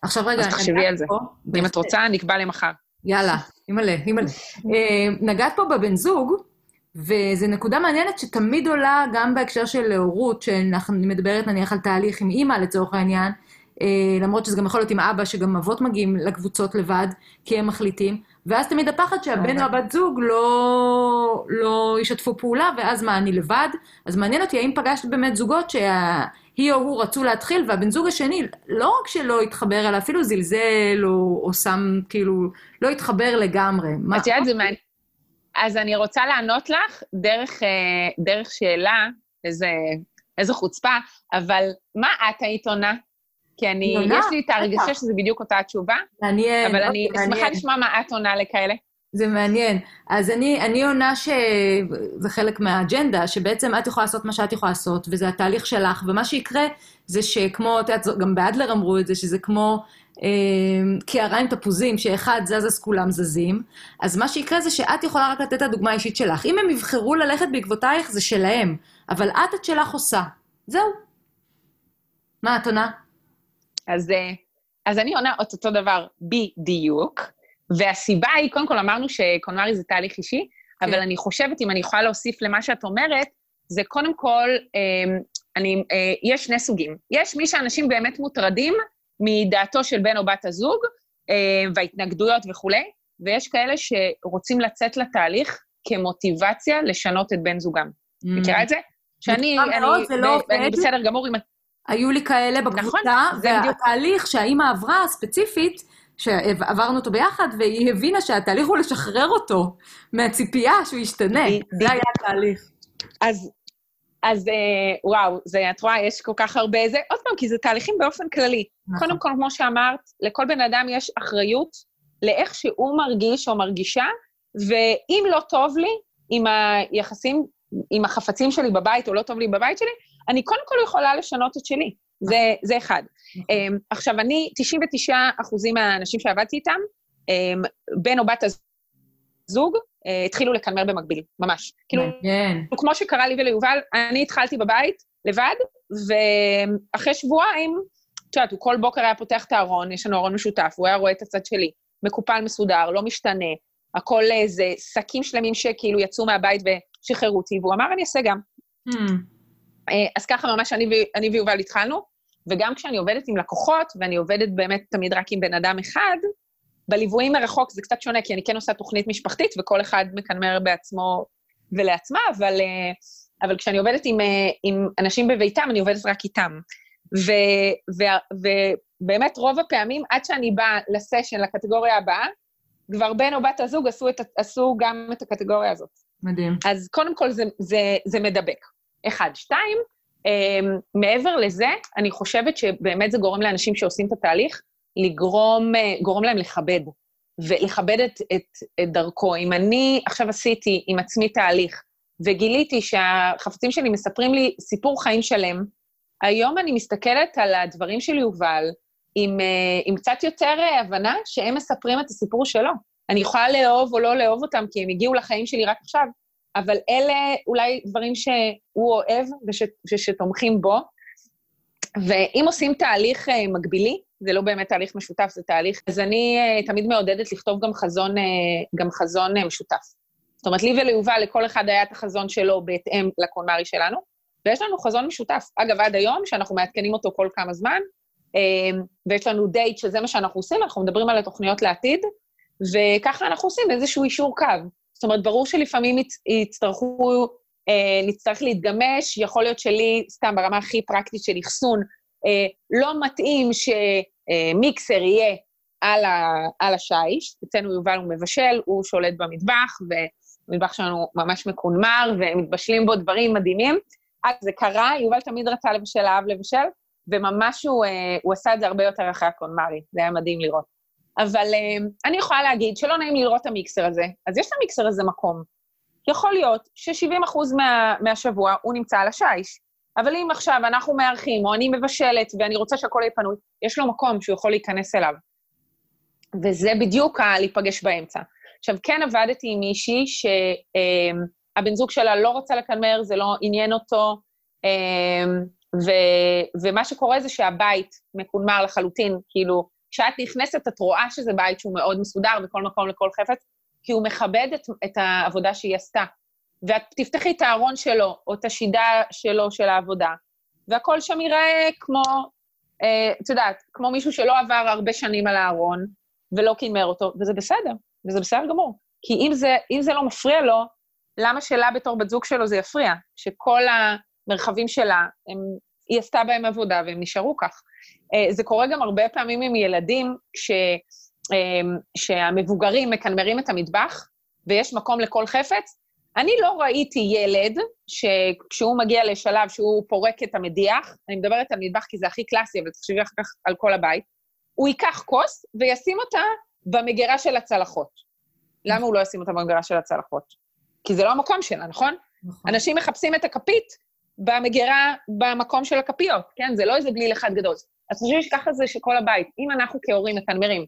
עכשיו רגע, אז תחשבי על זה. אם את רוצה, נקבע למחר. יאללה, אימא'לה, אימא'לה. נגעת פה בבן זוג, וזו נקודה מעניינת שתמיד עולה גם בהקשר של הורות, שאני מדברת נניח על תהליך עם אימא לצורך העניין, למרות שזה גם יכול להיות עם אבא, שגם אבות מגיעים לקבוצות לבד, כי הם מחליטים, ואז תמיד הפחד שהבן או הבת זוג לא, לא ישתפו פעולה, ואז מה, אני לבד? אז מעניין אותי, האם פגשת באמת זוגות שהיא או הוא רצו להתחיל, והבן זוג השני, לא רק שלא התחבר, אלא אפילו זלזל, או, או שם, כאילו, לא התחבר לגמרי. את יודעת, זה מעניין. אז אני רוצה לענות לך דרך, דרך שאלה, איזה, איזה חוצפה, אבל מה את היית עונה? כי אני, יש לי את הרגשה שזה בדיוק אותה התשובה, מעניין, אבל אני שמחה לשמוע מה את עונה לכאלה. זה מעניין. אז אני, אני עונה שזה חלק מהאג'נדה, שבעצם את יכולה לעשות מה שאת יכולה לעשות, וזה התהליך שלך, ומה שיקרה זה שכמו, גם באדלר אמרו את זה, שזה כמו אה, קעריים תפוזים, שאחד זז אז כולם זזים, אז מה שיקרה זה שאת יכולה רק לתת את הדוגמה האישית שלך. אם הם יבחרו ללכת בעקבותייך, זה שלהם, אבל את את שלך עושה. זהו. מה את עונה? אז, אז אני עונה אותו דבר בדיוק, והסיבה היא, קודם כל אמרנו שקונמרי זה תהליך אישי, כן. אבל אני חושבת, אם אני יכולה להוסיף למה שאת אומרת, זה קודם כל, אני, יש שני סוגים. יש מי שאנשים באמת מוטרדים מדעתו של בן או בת הזוג, וההתנגדויות וכו', ויש כאלה שרוצים לצאת לתהליך כמוטיבציה לשנות את בן זוגם. Mm. מכירה את זה? שאני, אני, אני, לא אני בסדר גמור עם... היו לי כאלה בקבוצה, נכון, והתהליך שהאימא עברה ספציפית, שעברנו אותו ביחד, והיא הבינה שהתהליך הוא לשחרר אותו מהציפייה שהוא ישתנה. זה היה התהליך. אז, אז וואו, זה, את רואה, יש כל כך הרבה זה, עוד פעם, כי זה תהליכים באופן כללי. נכון. קודם כל, כמו שאמרת, לכל בן אדם יש אחריות לאיך שהוא מרגיש או מרגישה, ואם לא טוב לי, עם היחסים, עם החפצים שלי בבית, או לא טוב לי בבית שלי, אני קודם כל יכולה לשנות את שלי. זה, זה אחד. Um, עכשיו, אני, תשעים ותשעה אחוזים מהאנשים שעבדתי איתם, um, בן או בת הזוג, uh, התחילו לקנמר במקביל, ממש. כאילו, כן. כמו שקרה לי וליובל, אני התחלתי בבית לבד, ואחרי שבועיים, את יודעת, הוא כל בוקר היה פותח את הארון, יש לנו ארון משותף, הוא היה רואה את הצד שלי, מקופל מסודר, לא משתנה, הכל איזה שקים שלמים שכאילו יצאו מהבית ושחררו אותי, והוא אמר, אני אעשה גם. Hmm. אז ככה ממש אני, אני ויובל התחלנו, וגם כשאני עובדת עם לקוחות, ואני עובדת באמת תמיד רק עם בן אדם אחד, בליוויים מרחוק זה קצת שונה, כי אני כן עושה תוכנית משפחתית, וכל אחד מקנמר בעצמו ולעצמה, אבל, אבל כשאני עובדת עם, עם אנשים בביתם, אני עובדת רק איתם. ו, ו, ובאמת רוב הפעמים, עד שאני באה לסשן, לקטגוריה הבאה, כבר בן או בת הזוג עשו, את, עשו גם את הקטגוריה הזאת. מדהים. אז קודם כל זה, זה, זה מדבק. אחד, שתיים, um, מעבר לזה, אני חושבת שבאמת זה גורם לאנשים שעושים את התהליך, לגרום, גורם להם לכבד, ולכבד את, את, את דרכו. אם אני עכשיו עשיתי עם עצמי תהליך, וגיליתי שהחפצים שלי מספרים לי סיפור חיים שלם, היום אני מסתכלת על הדברים של יובל, עם, עם קצת יותר הבנה שהם מספרים את הסיפור שלו. אני יכולה לאהוב או לא לאהוב אותם, כי הם הגיעו לחיים שלי רק עכשיו, אבל אלה אולי דברים שהוא אוהב וש, ושתומכים בו, ואם עושים תהליך מקבילי, זה לא באמת תהליך משותף, זה תהליך, אז אני תמיד מעודדת לכתוב גם חזון, גם חזון משותף. זאת אומרת, לי וליובל, לכל אחד היה את החזון שלו בהתאם לקונמרי שלנו, ויש לנו חזון משותף. אגב, עד היום, שאנחנו מעדכנים אותו כל כמה זמן, ויש לנו דייט שזה מה שאנחנו עושים, אנחנו מדברים על התוכניות לעתיד, וככה אנחנו עושים איזשהו אישור קו. זאת אומרת, ברור שלפעמים יצטרכו, נצטרך להתגמש, יכול להיות שלי, סתם ברמה הכי פרקטית של אחסון, לא מתאים שמיקסר יהיה על, ה, על השיש, אצלנו יובל הוא מבשל, הוא שולט במטבח, והמטבח שלנו ממש מקונמר, ומתבשלים בו דברים מדהימים. אז זה קרה, יובל תמיד רצה לבשל, אהב לבשל, וממש הוא, הוא עשה את זה הרבה יותר אחרי הקונמרי, זה היה מדהים לראות. אבל אני יכולה להגיד שלא נעים לראות את המיקסר הזה, אז יש למיקסר הזה מקום. יכול להיות ש-שבעים אחוז מה, מהשבוע הוא נמצא על השיש, אבל אם עכשיו אנחנו מארחים, או אני מבשלת, ואני רוצה שהכל יהיה פנוי, יש לו מקום שהוא יכול להיכנס אליו. וזה בדיוק להיפגש באמצע. עכשיו, כן עבדתי עם מישהי שהבן זוג שלה לא רוצה לקנמר, זה לא עניין אותו, ו, ומה שקורה זה שהבית מקונמר לחלוטין, כאילו, כשאת נכנסת, את רואה שזה בית שהוא מאוד מסודר, בכל מקום לכל חפץ, כי הוא מכבד את, את העבודה שהיא עשתה. ואת תפתחי את הארון שלו, או את השידה שלו של העבודה, והכל שם ייראה כמו, אה, את יודעת, כמו מישהו שלא עבר הרבה שנים על הארון, ולא כנמר אותו, וזה בסדר, וזה בסדר גמור. כי אם זה, אם זה לא מפריע לו, למה שלה בתור בת זוג שלו זה יפריע? שכל המרחבים שלה, הם, היא עשתה בהם עבודה, והם נשארו כך. אה, זה קורה גם הרבה פעמים עם ילדים, ש, אה, שהמבוגרים מקנמרים את המטבח, ויש מקום לכל חפץ. אני לא ראיתי ילד שכשהוא מגיע לשלב שהוא פורק את המדיח, אני מדברת על מטבח כי זה הכי קלאסי, אבל תחשבי אחר כך על כל הבית, הוא ייקח כוס וישים אותה במגירה של הצלחות. למה הוא לא ישים אותה במגירה של הצלחות? כי זה לא המקום שלה, נכון? נכון. אנשים מחפשים את הכפית במגירה, במקום של הכפיות, כן? זה לא איזה בליל אחד גדול. אז חושבים שככה זה שכל הבית, אם אנחנו כהורים מקנמרים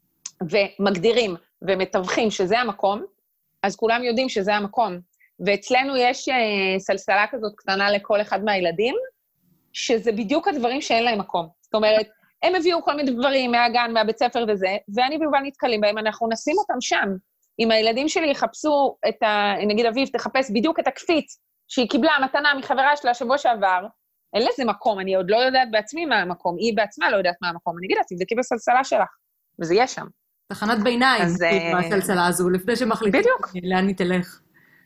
ומגדירים ומתווכים שזה המקום, אז כולם יודעים שזה המקום. ואצלנו יש אה, סלסלה כזאת קטנה לכל אחד מהילדים, שזה בדיוק הדברים שאין להם מקום. זאת אומרת, הם הביאו כל מיני דברים מהגן, מהבית ספר וזה, ואני ויובל נתקלים בהם, אנחנו נשים אותם שם. אם הילדים שלי יחפשו את ה... נגיד אביב, תחפש בדיוק את הקפיץ, שהיא קיבלה מתנה מחברה שלה שבוע שעבר, אין לזה מקום, אני עוד לא יודעת בעצמי מה המקום, היא בעצמה לא יודעת מה המקום, אני אגיד לה, תבדקי בסלסלה שלך, וזה יהיה שם. תחנת ביניים, בסלסלה הזו, לפני שמחליטים לאן היא תלך.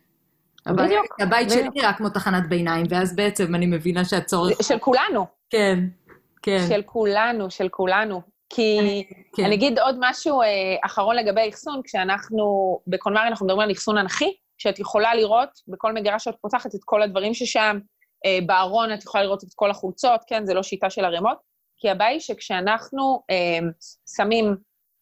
בדיוק. הבית שלי נראה כמו תחנת ביניים, ואז בעצם אני מבינה שהצורך... של כולנו. כן, כן. של כולנו, של כולנו. כי אני אגיד עוד משהו אחרון לגבי אחסון, כשאנחנו, בקונמרי אנחנו מדברים על אחסון אנכי, שאת יכולה לראות בכל מגירה שאת פותחת את כל הדברים ששם, בארון את יכולה לראות את כל החולצות, כן, זה לא שיטה של הרמות, כי הבעיה היא שכשאנחנו שמים,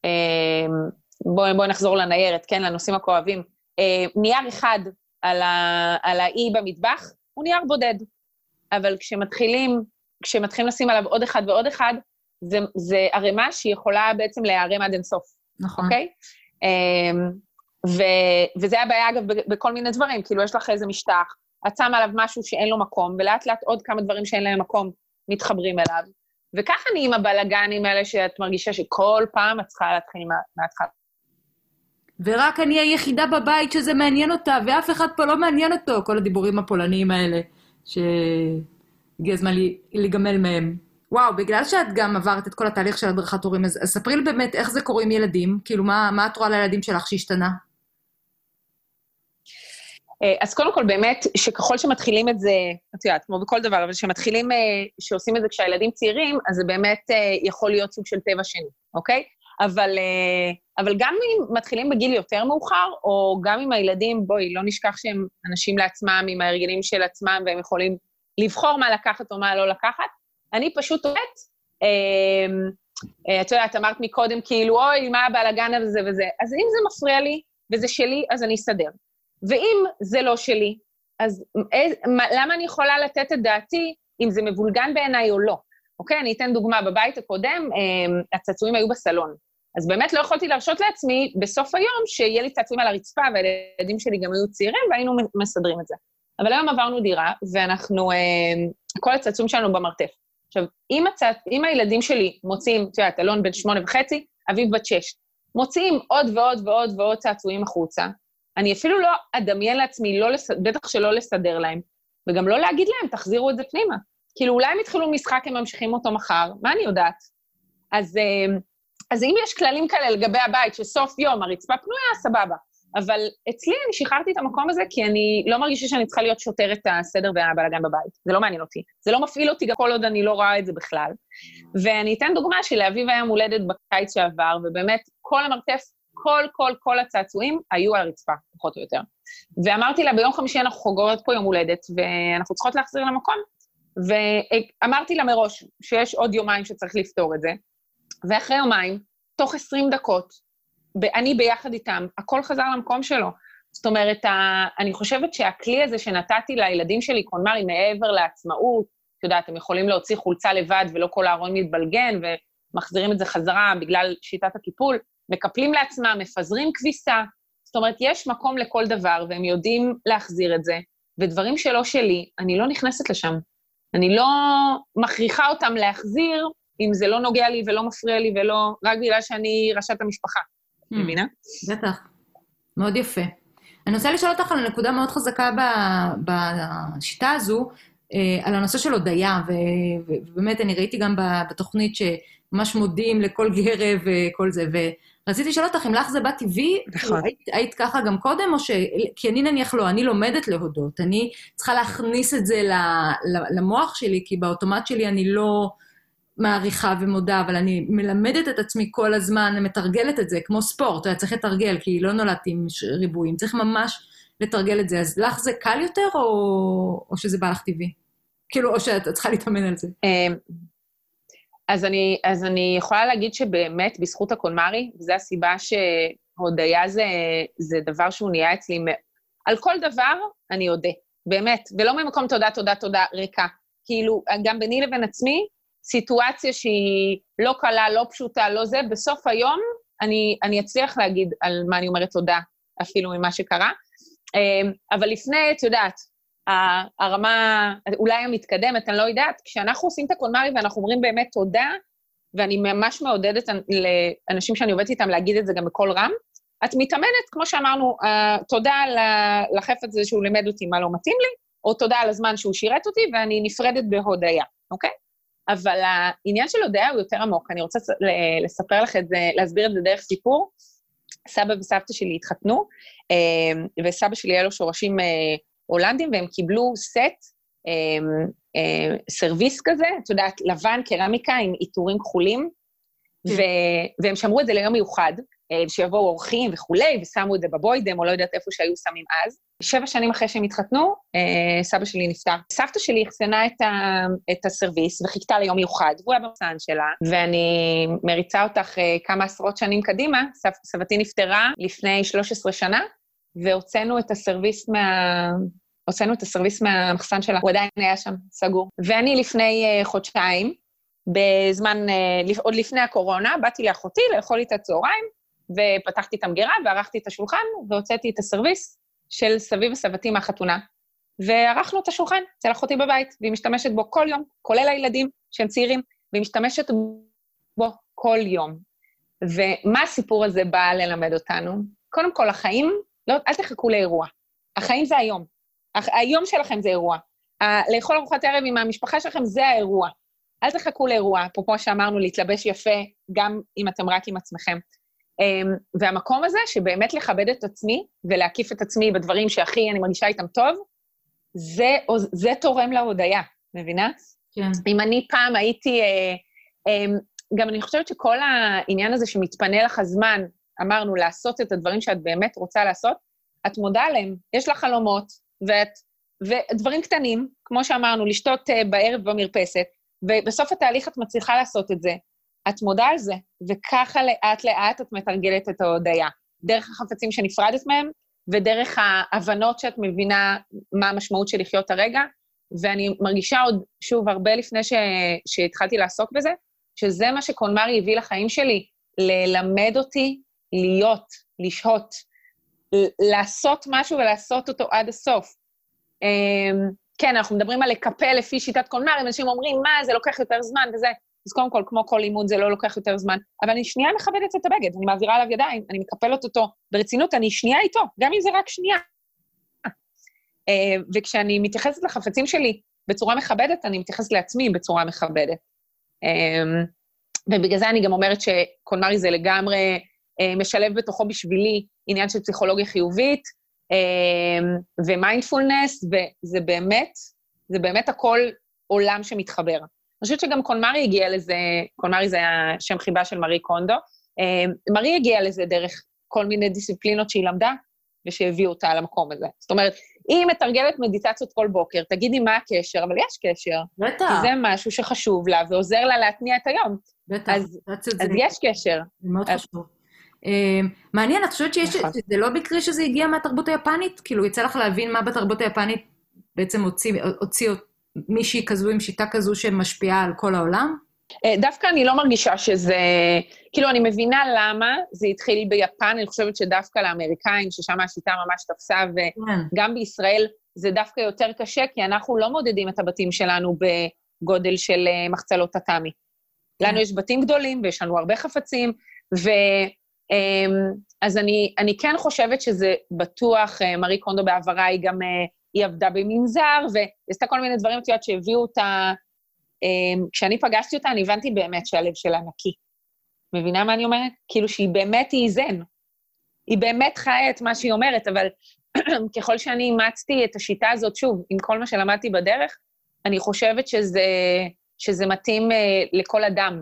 בואי בוא נחזור לניירת, כן, לנושאים הכואבים, נייר אחד על, ה, על האי במטבח, הוא נייר בודד. אבל כשמתחילים, כשמתחילים לשים עליו עוד אחד ועוד אחד, זה, זה הרמה שיכולה בעצם להיערם עד אינסוף. נכון. אוקיי? ו, וזה הבעיה, אגב, בכל מיני דברים, כאילו יש לך איזה משטח, את שמה עליו משהו שאין לו מקום, ולאט לאט עוד כמה דברים שאין להם מקום מתחברים אליו. וככה אני עם הבלגנים האלה שאת מרגישה שכל פעם את צריכה להתחיל מההתחלה. ורק אני היחידה בבית שזה מעניין אותה, ואף אחד פה לא מעניין אותו, כל הדיבורים הפולניים האלה, שהגיע הזמן לגמל מהם. וואו, בגלל שאת גם עברת את כל התהליך של הדרכת הורים, אז ספרי לי באמת איך זה קורה עם ילדים, כאילו מה, מה את רואה לילדים שלך שהשתנה? אז קודם כל באמת, שככל שמתחילים את זה, את יודעת, כמו בכל דבר, אבל שמתחילים, שעושים את זה כשהילדים צעירים, אז זה באמת יכול להיות סוג של טבע שני, אוקיי? אבל, אבל גם אם מתחילים בגיל יותר מאוחר, או גם אם הילדים, בואי, לא נשכח שהם אנשים לעצמם, עם ההרגלים של עצמם, והם יכולים לבחור מה לקחת או מה לא לקחת, אני פשוט אומרת, את יודעת, אמרת מקודם, כאילו, אוי, מה הבלגן הזה וזה, אז אם זה מפריע לי, וזה שלי, אז אני אסדר. ואם זה לא שלי, אז למה אני יכולה לתת את דעתי, אם זה מבולגן בעיניי או לא? אוקיי, אני אתן דוגמה, בבית הקודם, הצעצועים היו בסלון. אז באמת לא יכולתי להרשות לעצמי בסוף היום שיהיה לי צעצועים על הרצפה, והילדים שלי גם היו צעירים, והיינו מסדרים את זה. אבל היום עברנו דירה, ואנחנו, כל הצעצועים שלנו במרתף. עכשיו, אם, הצע... אם הילדים שלי מוצאים, את יודעת, אלון בן שמונה וחצי, אביב בת שש, מוצאים עוד ועוד ועוד ועוד צעצועים החוצה, אני אפילו לא אדמיין לעצמי, לא לס... בטח שלא לסדר להם, וגם לא להגיד להם, תחזירו את זה פנימה. כאילו, אולי הם התחילו משחק, הם ממשיכים אותו מחר, מה אני יודעת? אז, אז אם יש כללים כאלה לגבי הבית, שסוף יום הרצפה פנויה, סבבה. אבל אצלי אני שחררתי את המקום הזה, כי אני לא מרגישה שאני צריכה להיות שוטרת הסדר והבלגן בבית. זה לא מעניין אותי. זה לא מפעיל אותי, גם כל עוד אני לא רואה את זה בכלל. ואני אתן דוגמה שלאביב היה מולדת בקיץ שעבר, ובאמת כל המרתף, כל, כל, כל הצעצועים היו על הרצפה, פחות או יותר. ואמרתי לה, ביום חמישי אנחנו חוגגות פה יום הולדת, ואנחנו צריכות להחזיר למקום. ואמרתי לה מראש שיש עוד יומיים שצריך לפתור את זה, ואחרי יומיים, תוך עשרים דקות, אני ביחד איתם, הכל חזר למקום שלו. זאת אומרת, אני חושבת שהכלי הזה שנתתי לילדים שלי, קונמרי, מעבר לעצמאות, את יודעת, הם יכולים להוציא חולצה לבד, ולא כל הארון מתבלגן, ומחזירים את זה חזרה בגלל שיטת הקיפול, מקפלים לעצמם, מפזרים כביסה, זאת אומרת, יש מקום לכל דבר, והם יודעים להחזיר את זה, ודברים שלא שלי, אני לא נכנסת לשם. אני לא מכריחה אותם להחזיר, אם זה לא נוגע לי ולא מפריע לי ולא, רק בגלל שאני ראשת המשפחה. מבינה? בטח. מאוד יפה. אני רוצה לשאול אותך על נקודה מאוד חזקה בשיטה הזו, על הנושא של הודיה, ובאמת אני ראיתי גם בתוכנית שממש מודים לכל גרב וכל זה, ורציתי לשאול אותך אם לך זה בא טבעי, היית ככה גם קודם, או ש... כי אני נניח לא, אני לומדת להודות, אני צריכה להכניס את זה למוח שלי, כי באוטומט שלי אני לא מעריכה ומודה, אבל אני מלמדת את עצמי כל הזמן, מתרגלת את זה, כמו ספורט, היה צריך לתרגל, כי לא נולדתי עם ריבועים, צריך ממש לתרגל את זה. אז לך זה קל יותר, או, או שזה בא לך טבעי? כאילו, או שאת צריכה להתאמן על זה? אז אני, אז אני יכולה להגיד שבאמת, בזכות הקולמרי, וזו הסיבה שהודיה זה, זה דבר שהוא נהיה אצלי, על כל דבר אני אודה, באמת, ולא ממקום תודה, תודה, תודה, ריקה. כאילו, גם ביני לבין עצמי, סיטואציה שהיא לא קלה, לא פשוטה, לא זה, בסוף היום אני, אני אצליח להגיד על מה אני אומרת תודה, אפילו ממה שקרה. אבל לפני, את יודעת, הרמה, אולי המתקדמת, אני לא יודעת, כשאנחנו עושים את הקולמרי ואנחנו אומרים באמת תודה, ואני ממש מעודדת לאנשים שאני עובדת איתם להגיד את זה גם בכל רם, את מתאמנת, כמו שאמרנו, תודה לחפץ הזה שהוא לימד אותי מה לא מתאים לי, או תודה על הזמן שהוא שירת אותי, ואני נפרדת בהודיה, אוקיי? אבל העניין של הודיה הוא יותר עמוק, אני רוצה לספר לך את זה, להסביר את זה דרך סיפור. סבא וסבתא שלי התחתנו, וסבא שלי היה לו שורשים הולנדים, והם קיבלו סט, סרוויס כזה, את יודעת, לבן, קרמיקה עם עיטורים כחולים, והם שמרו את זה ליום מיוחד, שיבואו אורחים וכולי, ושמו את זה בבוידם, או לא יודעת איפה שהיו שמים אז. שבע שנים אחרי שהם התחתנו, סבא שלי נפטר. סבתא שלי החסנה את, ה, את הסרוויס, וחיכתה ליום מיוחד, והוא היה במסען שלה, ואני מריצה אותך כמה עשרות שנים קדימה, סב, סבתי נפטרה לפני שלוש עשרה שנה, והוצאנו את הסרוויס מה... הוצאנו את הסרוויס מהמחסן שלה, הוא עדיין היה שם, סגור. ואני לפני חודשיים, בזמן, עוד לפני הקורונה, באתי לאחותי לאכול איתה צהריים, ופתחתי את המגירה, וערכתי את השולחן, והוצאתי את הסרוויס של סבי וסבתי מהחתונה. וערכנו את השולחן אצל אחותי בבית, והיא משתמשת בו כל יום, כולל הילדים שהם צעירים, והיא משתמשת בו כל יום. ומה הסיפור הזה בא ללמד אותנו? קודם כל, החיים, לא, אל תחכו לאירוע. החיים זה היום. היום שלכם זה אירוע. לאכול ארוחת ערב עם המשפחה שלכם זה האירוע. אל תחכו לאירוע, אפרופו שאמרנו, להתלבש יפה, גם אם אתם רק עם עצמכם. והמקום הזה, שבאמת לכבד את עצמי, ולהקיף את עצמי בדברים שהכי אני מרגישה איתם טוב, זה, זה תורם להודיה, מבינה? כן. אם אני פעם הייתי, גם אני חושבת שכל העניין הזה שמתפנה לך הזמן, אמרנו, לעשות את הדברים שאת באמת רוצה לעשות, את מודה עליהם, יש לך חלומות, ואת, ודברים קטנים, כמו שאמרנו, לשתות בערב במרפסת, ובסוף התהליך את מצליחה לעשות את זה, את מודה על זה, וככה לאט לאט את מתרגלת את ההודיה, דרך החפצים שנפרדת מהם, ודרך ההבנות שאת מבינה מה המשמעות של לחיות הרגע, ואני מרגישה עוד, שוב, הרבה לפני ש... שהתחלתי לעסוק בזה, שזה מה שקולמרי הביא לחיים שלי, ללמד אותי להיות, לשהות, לעשות משהו ולעשות אותו עד הסוף. כן, אנחנו מדברים על לקפל לפי שיטת קולמרי, אנשים אומרים, מה, זה לוקח יותר זמן וזה, אז קודם כל, כמו כל לימוד, זה לא לוקח יותר זמן, אבל אני שנייה מכבדת את הבגד, אני מעבירה עליו ידיים, אני מקפלת אותו ברצינות, אני שנייה איתו, גם אם זה רק שנייה. וכשאני מתייחסת לחפצים שלי בצורה מכבדת, אני מתייחסת לעצמי בצורה מכבדת. ובגלל זה אני גם אומרת שקולמרי זה לגמרי משלב בתוכו בשבילי עניין של פסיכולוגיה חיובית, ומיינדפולנס, וזה באמת, זה באמת הכל עולם שמתחבר. אני חושבת שגם קולמרי הגיע לזה, קולמרי זה השם חיבה של מארי קונדו, מארי הגיעה לזה דרך כל מיני דיסציפלינות שהיא למדה, ושהביאו אותה למקום הזה. זאת אומרת, היא מתרגלת מדיטציות כל בוקר, תגידי מה הקשר, אבל יש קשר. בטח. כי זה משהו שחשוב לה, ועוזר לה להתניע את היום. בטח. אז, אז יש קשר. זה מאוד חשוב. מעניין, את חושבת שזה לא בקרי שזה הגיע מהתרבות היפנית? כאילו, יצא לך להבין מה בתרבות היפנית בעצם הוציא מישהי כזו עם שיטה כזו שמשפיעה על כל העולם? דווקא אני לא מרגישה שזה, כאילו אני מבינה למה זה התחיל ביפן, אני חושבת שדווקא לאמריקאים, ששם השיטה ממש תפסה, וגם בישראל זה דווקא יותר קשה, כי אנחנו לא מודדים את הבתים שלנו בגודל של מחצלות טאטאמי. לנו יש בתים גדולים, ויש לנו הרבה חפצים, ו... אז אני, אני כן חושבת שזה בטוח, מארי קונדו בעברה היא גם, היא עבדה במנזר, והיא עשתה כל מיני דברים, תיאות שהביאו אותה, כשאני פגשתי אותה, אני הבנתי באמת שהלב שלה נקי. מבינה מה אני אומרת? כאילו שהיא באמת היא זן. היא באמת חיה את מה שהיא אומרת, אבל ככל שאני אימצתי את השיטה הזאת, שוב, עם כל מה שלמדתי בדרך, אני חושבת שזה, שזה מתאים לכל אדם.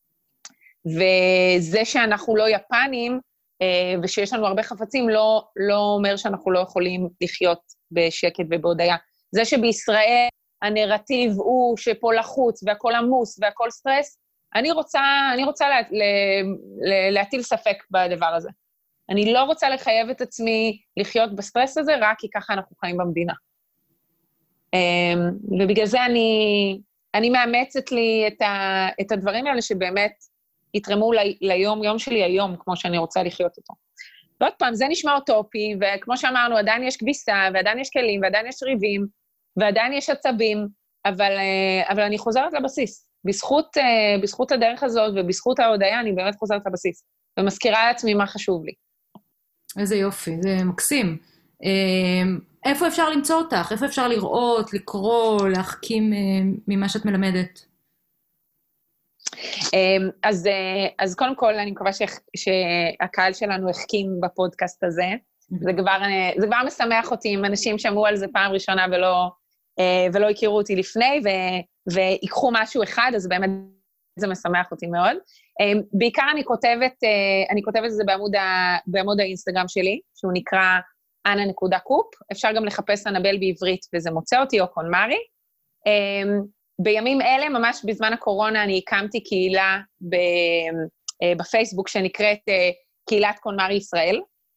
וזה שאנחנו לא יפנים, ושיש לנו הרבה חפצים, לא, לא אומר שאנחנו לא יכולים לחיות בשקט ובהודעה. זה שבישראל הנרטיב הוא שפה לחוץ, והכל עמוס, והכל סטרס, אני רוצה, אני רוצה לה, לה, לה, להטיל ספק בדבר הזה. אני לא רוצה לחייב את עצמי לחיות בסטרס הזה, רק כי ככה אנחנו חיים במדינה. ובגלל זה אני, אני מאמצת לי את, ה, את הדברים האלה שבאמת יתרמו לי, ליום, יום שלי היום, כמו שאני רוצה לחיות אותו. ועוד פעם, זה נשמע אוטופי, וכמו שאמרנו, עדיין יש כביסה, ועדיין יש כלים, ועדיין יש ריבים, ועדיין יש עצבים, אבל, אבל אני חוזרת לבסיס. בזכות, בזכות הדרך הזאת ובזכות ההודעה, אני באמת חוזרת לבסיס, ומזכירה לעצמי מה חשוב לי. איזה יופי, זה מקסים. איפה אפשר למצוא אותך? איפה אפשר לראות, לקרוא, להחכים ממה שאת מלמדת? אז, אז קודם כל, אני מקווה ש, שהקהל שלנו החכים בפודקאסט הזה. זה כבר, זה כבר משמח אותי אם אנשים שמעו על זה פעם ראשונה ולא, ולא הכירו אותי לפני, ו, ויקחו משהו אחד, אז באמת זה משמח אותי מאוד. בעיקר אני כותבת, אני כותבת את זה בעמוד, ה, בעמוד האינסטגרם שלי, שהוא נקרא אנה נקודה קופ. אפשר גם לחפש אנבל בעברית, וזה מוצא אותי, או קונמרי. בימים אלה, ממש בזמן הקורונה, אני הקמתי קהילה בפייסבוק שנקראת קהילת קונמרי ישראל,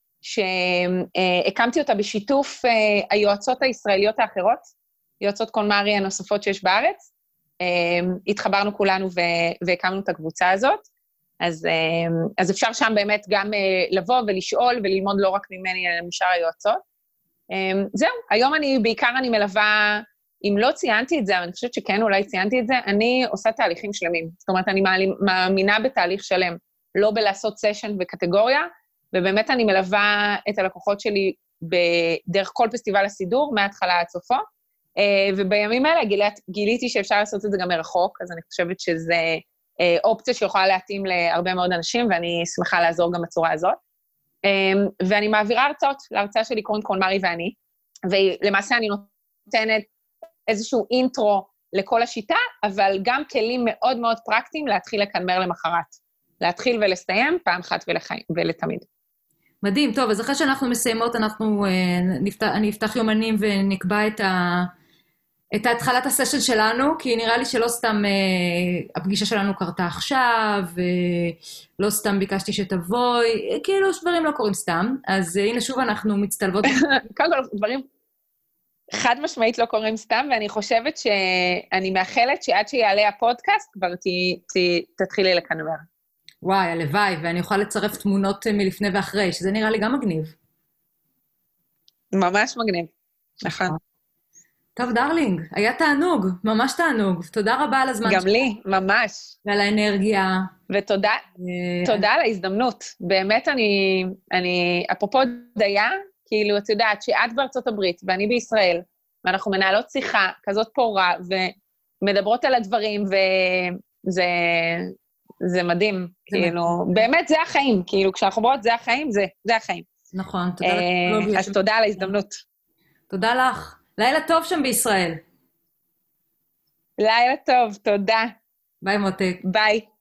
שהקמתי אותה בשיתוף היועצות הישראליות האחרות, יועצות קונמרי הנוספות שיש בארץ. התחברנו כולנו והקמנו את הקבוצה הזאת, אז, אז אפשר שם באמת גם לבוא ולשאול וללמוד לא רק ממני, אלא משאר היועצות. זהו, היום אני, בעיקר אני מלווה, אם לא ציינתי את זה, אבל אני חושבת שכן אולי ציינתי את זה, אני עושה תהליכים שלמים. זאת אומרת, אני מאמינה בתהליך שלם, לא בלעשות סשן וקטגוריה, ובאמת אני מלווה את הלקוחות שלי בדרך כל פסטיבל הסידור, מההתחלה עד סופו, ובימים האלה גילית, גיליתי שאפשר לעשות את זה גם מרחוק, אז אני חושבת שזה אופציה שיכולה להתאים להרבה מאוד אנשים, ואני שמחה לעזור גם בצורה הזאת. ואני מעבירה הרצאות, להרצאה שלי קוראים קונמרי ואני, ולמעשה אני נותנת איזשהו אינטרו לכל השיטה, אבל גם כלים מאוד מאוד פרקטיים להתחיל לקנמר למחרת. להתחיל ולסיים פעם אחת ולחיים, ולתמיד. מדהים, טוב, אז אחרי שאנחנו מסיימות, אנחנו, נפתח, אני אפתח יומנים ונקבע את, ה, את התחלת הסשן שלנו, כי נראה לי שלא סתם הפגישה שלנו קרתה עכשיו, ולא סתם ביקשתי שתבואי, כאילו דברים לא קורים סתם, אז הנה שוב אנחנו מצטלבות. קודם כל, דברים חד משמעית לא קורים סתם, ואני חושבת שאני מאחלת שעד שיעלה הפודקאסט, כבר ת, ת, תתחילי לקנבר. וואי, הלוואי, ואני אוכל לצרף תמונות מלפני ואחרי, שזה נראה לי גם מגניב. ממש מגניב, נכון. טוב, דרלינג, היה תענוג, ממש תענוג. תודה רבה על הזמן גם שלך. לי, ממש. ועל האנרגיה. ותודה, תודה על ההזדמנות. באמת אני, אני, אפרופו דיה, כאילו, את יודעת, שאת בארצות הברית, ואני בישראל, ואנחנו מנהלות שיחה כזאת פורה, ומדברות על הדברים, וזה... זה מדהים, כאילו, באמת זה החיים, כאילו, כשאנחנו אומרות זה החיים, זה, זה החיים. נכון, תודה לך. אז תודה על ההזדמנות. תודה לך. לילה טוב שם בישראל. לילה טוב, תודה. ביי מותק. ביי.